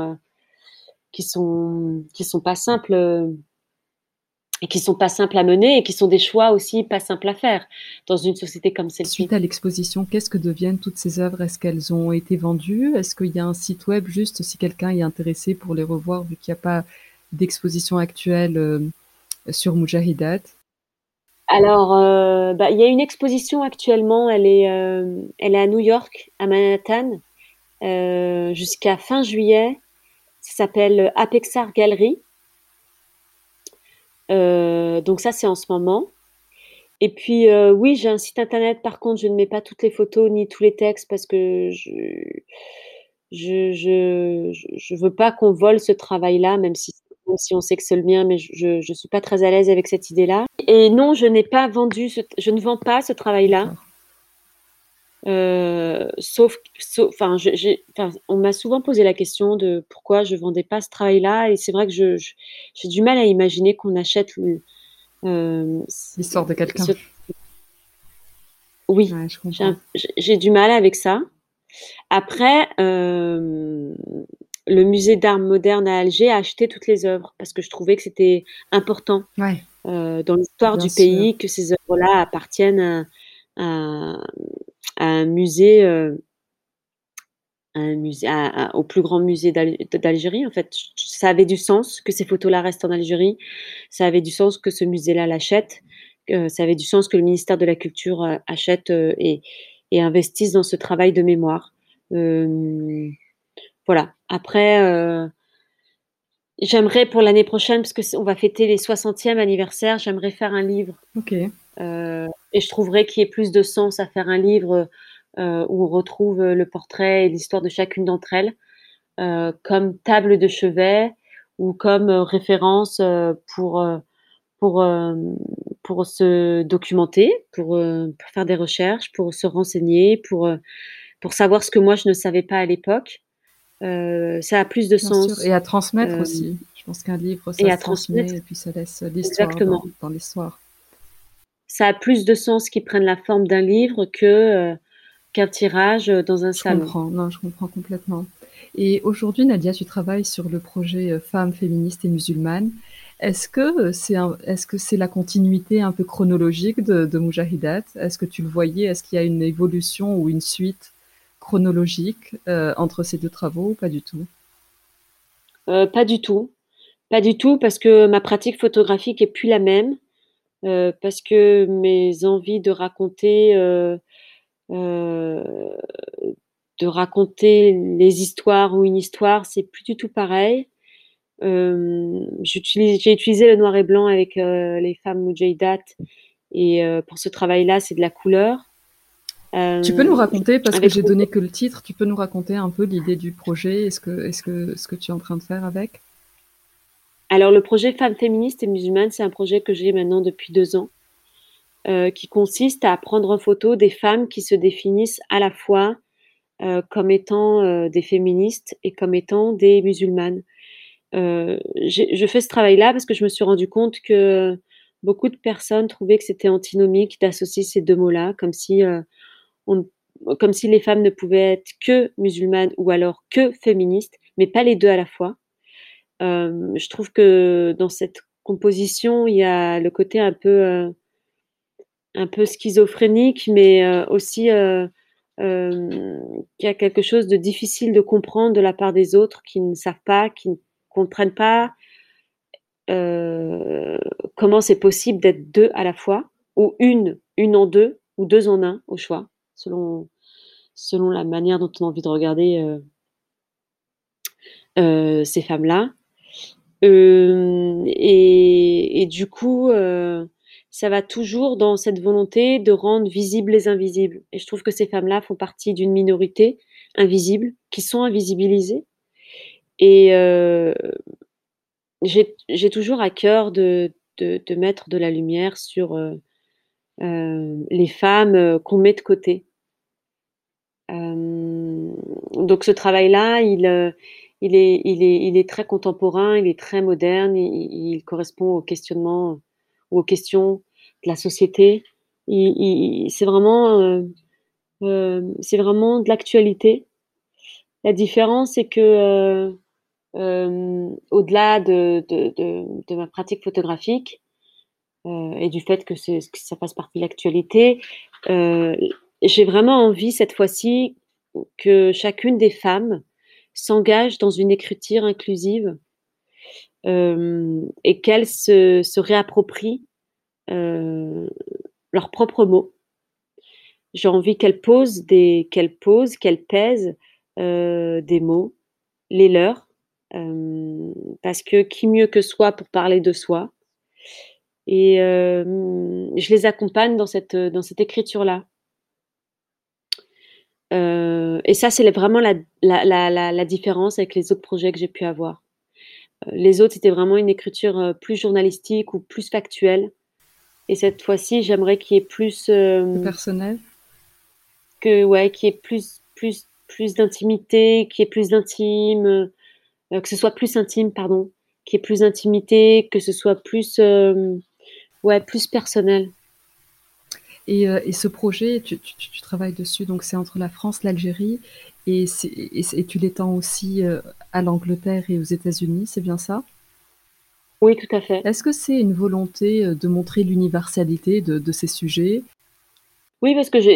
qui sont pas simples et qui sont pas simples à mener et qui sont des choix aussi pas simples à faire dans une société comme suite celle-ci. à l'exposition, qu'est-ce que deviennent toutes ces œuvres? Est-ce qu'elles ont été vendues? Est-ce qu'il y a un site web juste si quelqu'un est intéressé pour les revoir vu qu'il y a pas d'exposition actuelle, sur Moudjahidat? Alors, bah, il y a une exposition actuellement, elle est à New York, à Manhattan, jusqu'à fin juillet. Ça s'appelle Apexar Gallery. Donc ça, c'est en ce moment. Et puis, oui, j'ai un site internet. Par contre, je ne mets pas toutes les photos ni tous les textes parce que je veux pas qu'on vole ce travail-là, même si on sait que c'est le mien, mais je suis pas très à l'aise avec cette idée-là. Et non, je ne vends pas ce travail-là. D'accord. Enfin, on m'a souvent posé la question de pourquoi je vendais pas ce travail-là, et c'est vrai que j'ai du mal à imaginer qu'on achète euh, L'histoire de quelqu'un. ce, oui, Ouais, je comprends. j'ai du mal avec ça. Après, le musée d'art moderne à Alger a acheté toutes les œuvres parce que je trouvais que c'était important Ouais, dans l'histoire bien du sûr. pays que ces œuvres-là appartiennent à- à un musée. Au plus grand musée d'Algérie. En fait, ça avait du sens que ces photos-là restent en Algérie. Ça avait du sens que ce musée-là l'achète. Ça avait du sens que le ministère de la Culture achète et investissent dans ce travail de mémoire. Euh, voilà. Après, j'aimerais pour l'année prochaine, parce que on va fêter les 60e anniversaire, j'aimerais faire un livre. Ok. Et je trouverais qu'il y ait plus de sens à faire un livre où on retrouve le portrait et l'histoire de chacune d'entre elles, comme table de chevet ou comme référence pour, euh, pour se documenter, pour faire des recherches, pour se renseigner, pour savoir ce que moi je ne savais pas à l'époque. Ça a plus de Bien sûr. Et sens à transmettre euh, aussi. Je pense qu'un livre, ça et à se transmet transmettre. et puis ça laisse l'histoire Exactement. dans l'histoire. Ça a plus de sens qu'ils prennent la forme d'un livre qu'un tirage dans un Je salon. comprends. Non, je comprends complètement. Et aujourd'hui, Nadia, tu travailles sur le projet Femmes féministes et musulmanes. Est-ce que c'est la continuité un peu chronologique de Mujahidat? Est-ce que tu le voyais? Est-ce qu'il y a une évolution ou une suite chronologique entre ces deux travaux ou pas du tout? Pas du tout. Pas du tout, parce que ma pratique photographique est plus la même, parce que mes envies euh, de raconter les histoires ou une histoire, c'est plus du tout pareil. J'ai utilisé le noir et blanc avec les femmes Mujahidat, et pour ce travail-là, c'est de la couleur. Tu peux Euh, nous raconter, parce que avec j'ai donné que le titre, tu peux nous raconter un peu l'idée du projet et ce que tu es en train de faire avec? Alors, le projet Femmes féministes et musulmanes, c'est un projet que j'ai maintenant depuis 2 ans, qui consiste à prendre en photo des femmes qui se définissent à la fois comme étant des féministes et comme étant des musulmanes. Je fais ce travail-là parce que je me suis rendu compte que beaucoup de personnes trouvaient que c'était antinomique d'associer ces deux mots-là, on, comme si les femmes ne pouvaient être que musulmanes ou alors que féministes, mais pas les deux à la fois. Je trouve que dans cette composition, il y a le côté un peu schizophrénique, mais aussi qu'il y a quelque chose de difficile de comprendre de la part des autres qui ne savent pas, qui ne comprennent pas euh, comment c'est possible d'être deux à la fois, ou une en deux, ou deux en un, au choix, selon la manière dont on a envie de regarder ces femmes-là. Et du coup, ça va toujours dans cette volonté de rendre visibles les invisibles. Et je trouve que ces femmes-là font partie d'une minorité invisible, qui sont invisibilisées. Et j'ai toujours à cœur de mettre de la lumière sur les femmes qu'on met de côté. Donc ce travail-là, il est très contemporain, il est très moderne, il correspond aux questionnements ou aux questions de la société. C'est vraiment de l'actualité. La différence, c'est que au-delà de ma pratique photographique et du fait que ça fasse partie de l'actualité, euh, j'ai vraiment envie cette fois-ci que chacune des femmes s'engage dans une écriture inclusive et qu'elles se réapproprient euh, leurs propres mots. J'ai envie qu'elles pèsent des mots, les leurs, parce que qui mieux que soi pour parler de soi. Et je les accompagne dans cette écriture-là. Et ça, c'est vraiment la différence avec les autres projets que j'ai pu avoir. Les autres, c'était vraiment une écriture plus journalistique ou plus factuelle. Et cette fois-ci, j'aimerais qu'il y ait plus Plus personnel? ouais, qu'il y ait plus d'intimité, qu'il y ait plus d'intime, que ce soit plus intime, pardon, qu'il y ait plus d'intimité, que ce soit plus, ouais, plus personnel. Et ce projet, tu travailles dessus, donc c'est entre la France, l'Algérie, et tu l'étends aussi à l'Angleterre et aux États-Unis, c'est bien ça? Oui, tout à fait. Est-ce que c'est une volonté de montrer l'universalité de ces sujets? Oui, parce que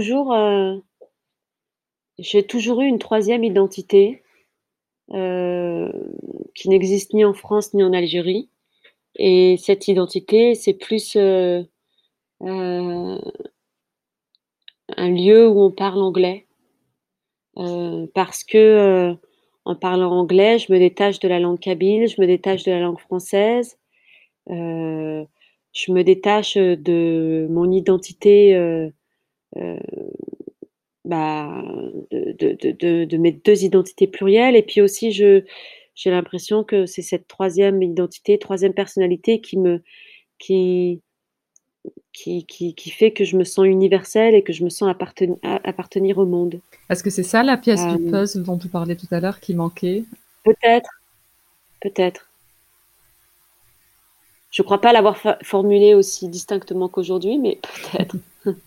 j'ai toujours eu une troisième identité euh, qui n'existe ni en France ni en Algérie. Et cette identité, c'est plus un lieu où on parle anglais, parce que, en parlant anglais, je me détache de la langue kabyle, je me détache de la langue française, heu, je me détache, de mon identité, heu, bah, de mes 2 identités plurielles et puis aussi j'ai l'impression que c'est cette troisième identité, troisième personnalité qui qui fait que je me sens universelle et que je me sens appartenir au monde. Est-ce que c'est ça la pièce du Hem, puzzle dont tu parlais tout à l'heure qui manquait? peut-être, peut-être. Je crois pas l'avoir formulé aussi distinctement qu'aujourd'hui, mais peut-être.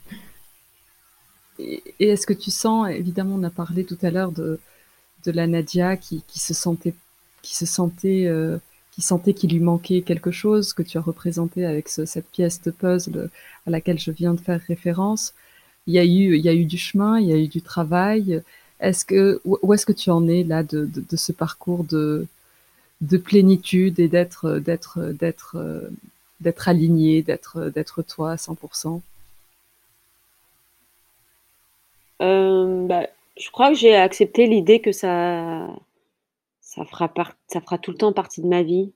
Et est-ce que tu sens, évidemment, on a parlé tout à l'heure de la Nadia qui se sentait, qui sentait qu'il lui manquait quelque chose que tu as représenté avec cette pièce de puzzle à laquelle je viens de faire référence. Il y a eu du chemin, il y a eu du travail. Où est-ce que tu en es là de ce parcours de plénitude et d'être aligné, d'être toi à 100%? Bah, je crois que j'ai accepté l'idée que ça fera tout le temps partie de ma vie.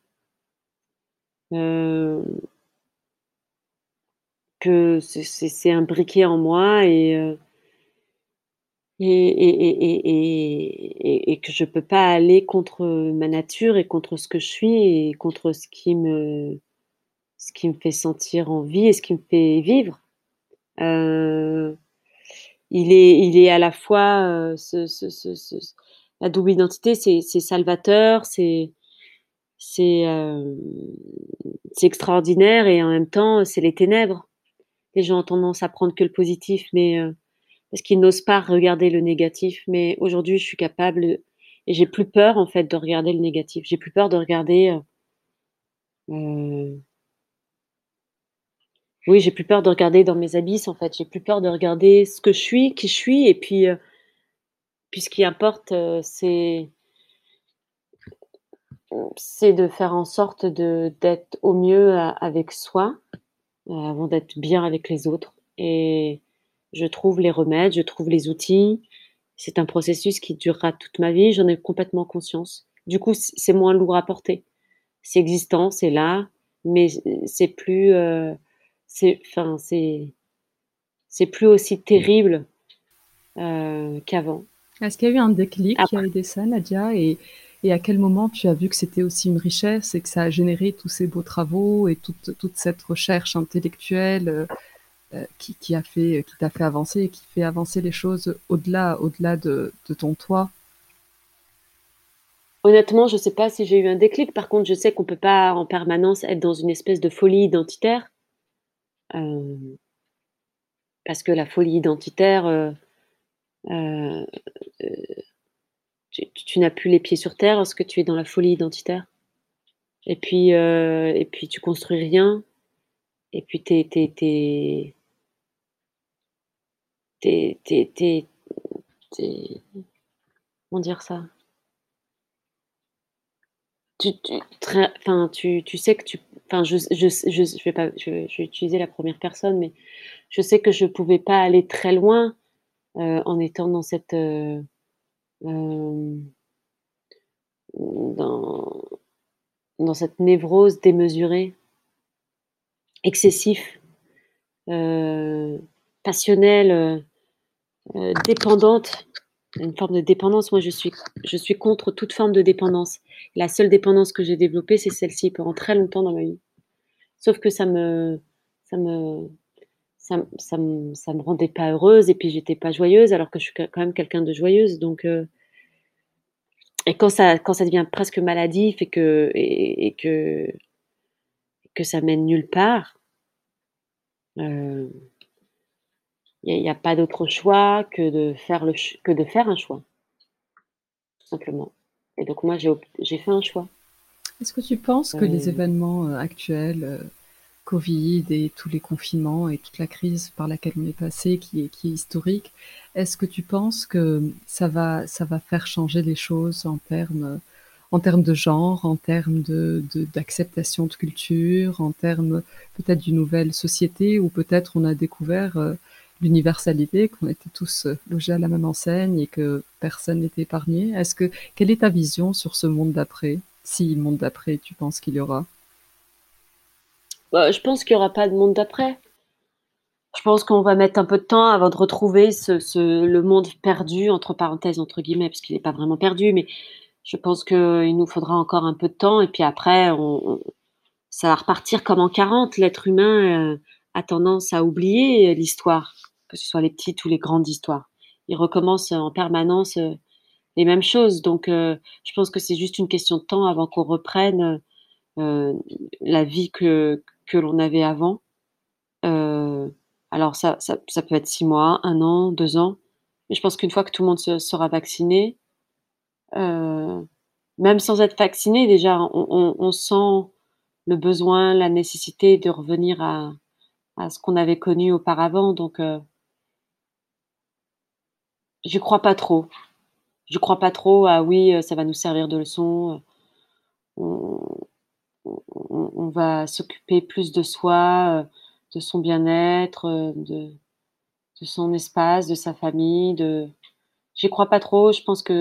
Hem, que c'est imbriqué en moi et que je peux pas aller contre ma nature et contre ce que je suis et contre ce qui me fait sentir en vie et ce qui me fait vivre. Heu, il est à la fois, la double identité, c'est salvateur, c'est, hem, c'est extraordinaire et en même temps, c'est les ténèbres. Les gens ont tendance à prendre que le positif, mais parce qu'ils n'osent pas regarder le négatif. Mais aujourd'hui, je suis capable et j'ai plus peur, en fait, de regarder le négatif. J'ai plus peur de regarder, oui, j'ai plus peur de regarder dans mes abysses, en fait. J'ai plus peur de regarder ce que je suis, qui je suis et puis ce qui importe, c'est de faire en sorte d'être au mieux avec soi, avant d'être bien avec les autres et je trouve les remèdes, je trouve les outils. C'est un processus qui durera toute ma vie, j'en ai complètement conscience. Du coup, c'est moins lourd à porter. C'est existant, c'est là, mais c'est plus, c'est plus aussi terrible, qu'avant. Est-ce qu'il y a eu un déclic qui a Après aidé ça, Nadia? Et à quel moment tu as vu que c'était aussi une richesse et que ça a généré tous ces beaux travaux et toute cette recherche intellectuelle qui t'a fait avancer et qui fait avancer les choses au-delà de ton toi? honnêtement, je sais pas si j'ai eu un déclic. Par contre, je sais qu'on peut pas en permanence être dans une espèce de folie identitaire, hem, parce que la folie identitaire, heu, tu n'as plus les pieds sur terre lorsque tu es dans la folie identitaire et puis tu construis rien et puis tu es comment dire ça? Tu sais que tu enfin, je vais pas je vais utiliser la première personne, mais je sais que je pouvais pas aller très loin, en étant dans cette, hem, dans dans cette névrose démesurée, excessif, heu, passionnelle, dépendante, une forme de dépendance. Moi, je suis contre toute forme de dépendance. La seule dépendance que j'ai développée, c'est celle-ci pendant très longtemps dans ma vie. Sauf que ça me ça me rendait pas heureuse et puis j'étais pas joyeuse alors que je suis quand même quelqu'un de joyeuse et quand ça devient presque maladif que ça mène nulle part, heu, il y a pas d'autre choix que de faire que de faire un choix, tout simplement et donc moi j'ai fait un choix. Est-ce que tu penses que les Heu, événements actuels, Covid et tous les confinements et toute la crise par laquelle on est passé, qui est historique, est-ce que tu penses que ça va faire changer les choses en termes de genre, en termes d'acceptation de culture, en termes peut-être d'une nouvelle société où peut-être on a découvert l'universalité, qu'on était tous logés à la même enseigne et que personne n'était épargné. Quelle est ta vision sur ce monde d'après? Si monde d'après, tu penses qu'il y aura? Bah, je pense qu'il y aura pas de monde d'après. Je pense qu'on va mettre un peu de temps avant de retrouver le monde perdu, entre parenthèses, entre guillemets, parce qu'il n'est pas vraiment perdu, mais je pense qu'il nous faudra encore un peu de temps, et puis après, ça va repartir comme en 40. L'être humain a tendance à oublier l'histoire, que ce soit les petites ou les grandes histoires. Il recommence en permanence les mêmes choses, donc je pense que c'est juste une question de temps avant qu'on reprenne euh, la vie que l'on avait avant. Euh, alors ça peut être 6 mois, 1 an, 2 ans, mais je pense qu'une fois que tout le monde sera vacciné, euh, même sans être vacciné, déjà, on sent le besoin, la nécessité de revenir à ce qu'on avait connu auparavant. Donc, je crois pas trop. Je crois pas trop à oui, ça va nous servir de leçon. On, on va s'occuper plus de soi, de son bien-être, de son espace, de sa famille. J'y crois pas trop.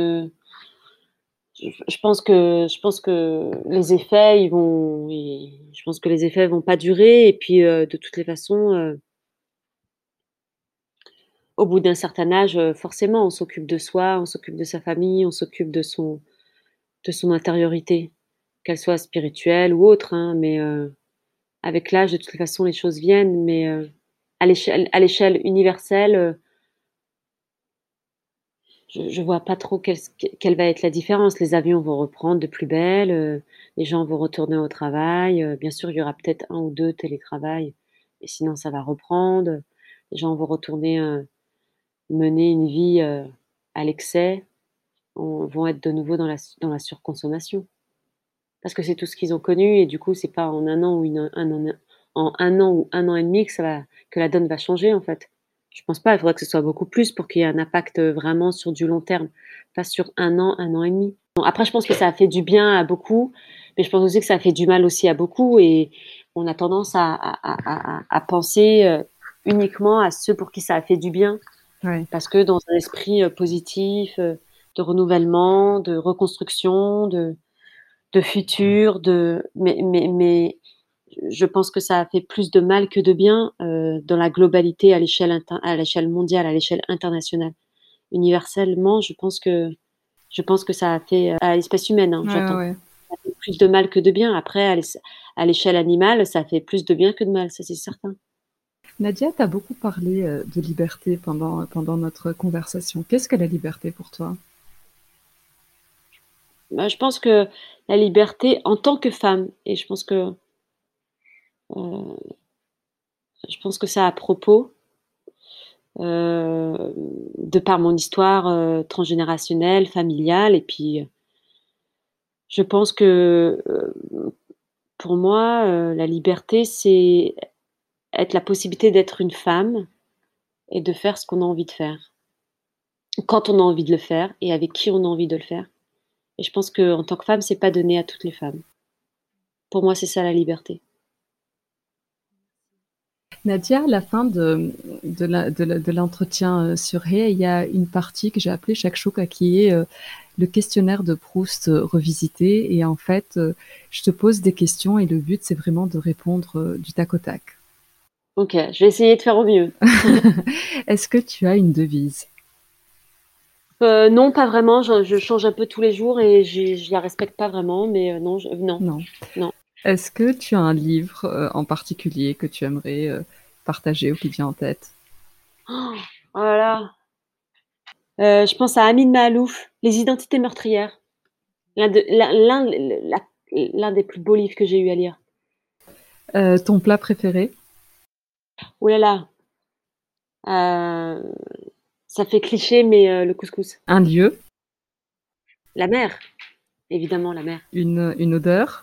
Je pense que les effets, je pense que les effets vont pas durer. Et puis, de toutes les façons, au bout d'un certain âge, forcément, on s'occupe de soi, on s'occupe de sa famille, on s'occupe de son intériorité, qu'elle soit spirituelle ou autre, hein. Mais avec l'âge, de toute façon, les choses viennent. Mais à l'échelle universelle, je vois pas trop quelle va être la différence. Les avions vont reprendre de plus belle, les gens vont retourner au travail. Bien sûr, il y aura peut-être 1 ou 2 télétravail, mais sinon ça va reprendre. Les gens vont retourner mener une vie à l'excès, vont être de nouveau dans la surconsommation. Parce que c'est tout ce qu'ils ont connu et du coup, c'est pas en 1 an ou en 1 an ou 1 an et demi que la donne va changer en fait. Je pense pas, il faudrait que ce soit beaucoup plus pour qu'il y ait un impact vraiment sur du long terme, pas sur 1 an, 1 an et demi. Bon, après, je pense que ça a fait du bien à beaucoup, mais je pense aussi que ça a fait du mal aussi à beaucoup et on a tendance à penser uniquement à ceux pour qui ça a fait du bien Ouais. parce que dans un esprit positif, de renouvellement, de reconstruction, de futur, mais je pense que ça a fait plus de mal que de bien dans la globalité à l'échelle mondiale, à l'échelle internationale. Universellement, je pense que ça a fait à l'espèce humaine, hein, Ouais, ouais, j'entends. ouais. Ça fait plus de mal que de bien. Après, à l'échelle animale, ça fait plus de bien que de mal, ça c'est certain. Nadia, tu as beaucoup parlé de liberté pendant notre conversation. Qu'est-ce que la liberté pour toi? Bah, je pense que la liberté en tant que femme, et euh, je pense que ça a à propos, de par mon histoire transgénérationnelle, familiale. Et puis, je pense que pour moi, la liberté, c'est être la possibilité d'être une femme et de faire ce qu'on a envie de faire, quand on a envie de le faire et avec qui on a envie de le faire. Et je pense qu'en tant que femme, c'est pas donné à toutes les femmes. Pour moi, c'est ça la liberté. Nadia, à la fin de l'entretien sur Hey, il y a une partie que j'ai appelée Shakshuka qui est le questionnaire de Proust revisité. Et en fait, je te pose des questions et le but, c'est vraiment de répondre du tac au tac. Ok, je vais essayer de faire au mieux. Est-ce que tu as une devise? Non, pas vraiment. Je change un peu tous les jours et je la respecte pas vraiment. Mais non, non, Non. non. Est-ce que tu as un livre en particulier que tu aimerais partager ou qui te vient en tête? Oh, oh là là. Je pense à Amin Maalouf, Les identités meurtrières. L'un des plus beaux livres que j'ai eu à lire. Ton plat préféré? Oh là là. Euh, Ça fait cliché, mais le couscous. Un lieu? La mer, évidemment, la mer. Une odeur?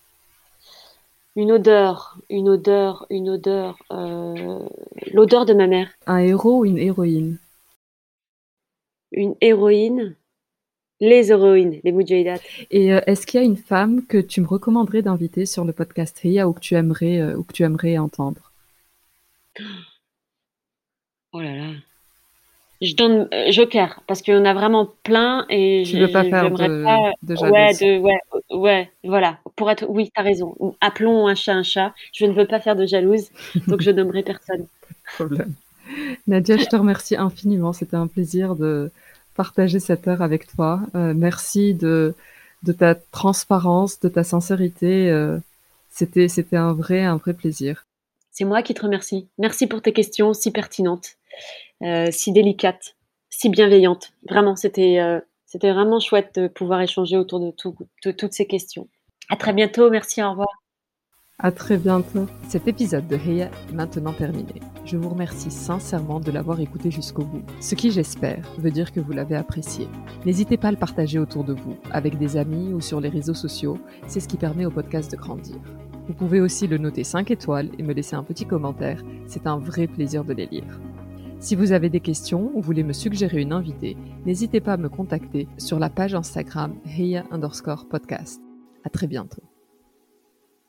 Une odeur. L'odeur de ma mère. Un héros ou une héroïne? Une héroïne. Les héroïnes, les Moudjahidat. Et est-ce qu'il y a une femme que tu me recommanderais d'inviter sur le podcast Ria ou que tu aimerais entendre? Oh là là. Je donne joker parce qu'il y en a vraiment plein et Tu veux pas faire j'aimerais pas. de Ouais, jalouse. ouais, voilà. Pour être, oui, t'as raison. Appelons un chat un chat. Je ne veux pas faire de jalouse, donc je nommerai personne. Problème. Nadia, je te remercie infiniment. C'était un plaisir de partager cette heure avec toi. Merci de ta transparence, de ta sincérité. C'était un vrai plaisir. C'est moi qui te remercie. Merci pour tes questions si pertinentes, si délicates, si bienveillantes. Vraiment, c'était vraiment chouette de pouvoir échanger autour de toutes ces questions. À très bientôt. Merci. Au revoir. À très bientôt. Cet épisode de Heya est maintenant terminé. Je vous remercie sincèrement de l'avoir écouté jusqu'au bout, ce qui, j'espère, veut dire que vous l'avez apprécié. N'hésitez pas à le partager autour de vous, avec des amis ou sur les réseaux sociaux, c'est ce qui permet au podcast de grandir. Vous pouvez aussi le noter 5 étoiles et me laisser un petit commentaire, c'est un vrai plaisir de les lire. Si vous avez des questions ou voulez me suggérer une invitée, n'hésitez pas à me contacter sur la page Instagram Heya_podcast. À très bientôt.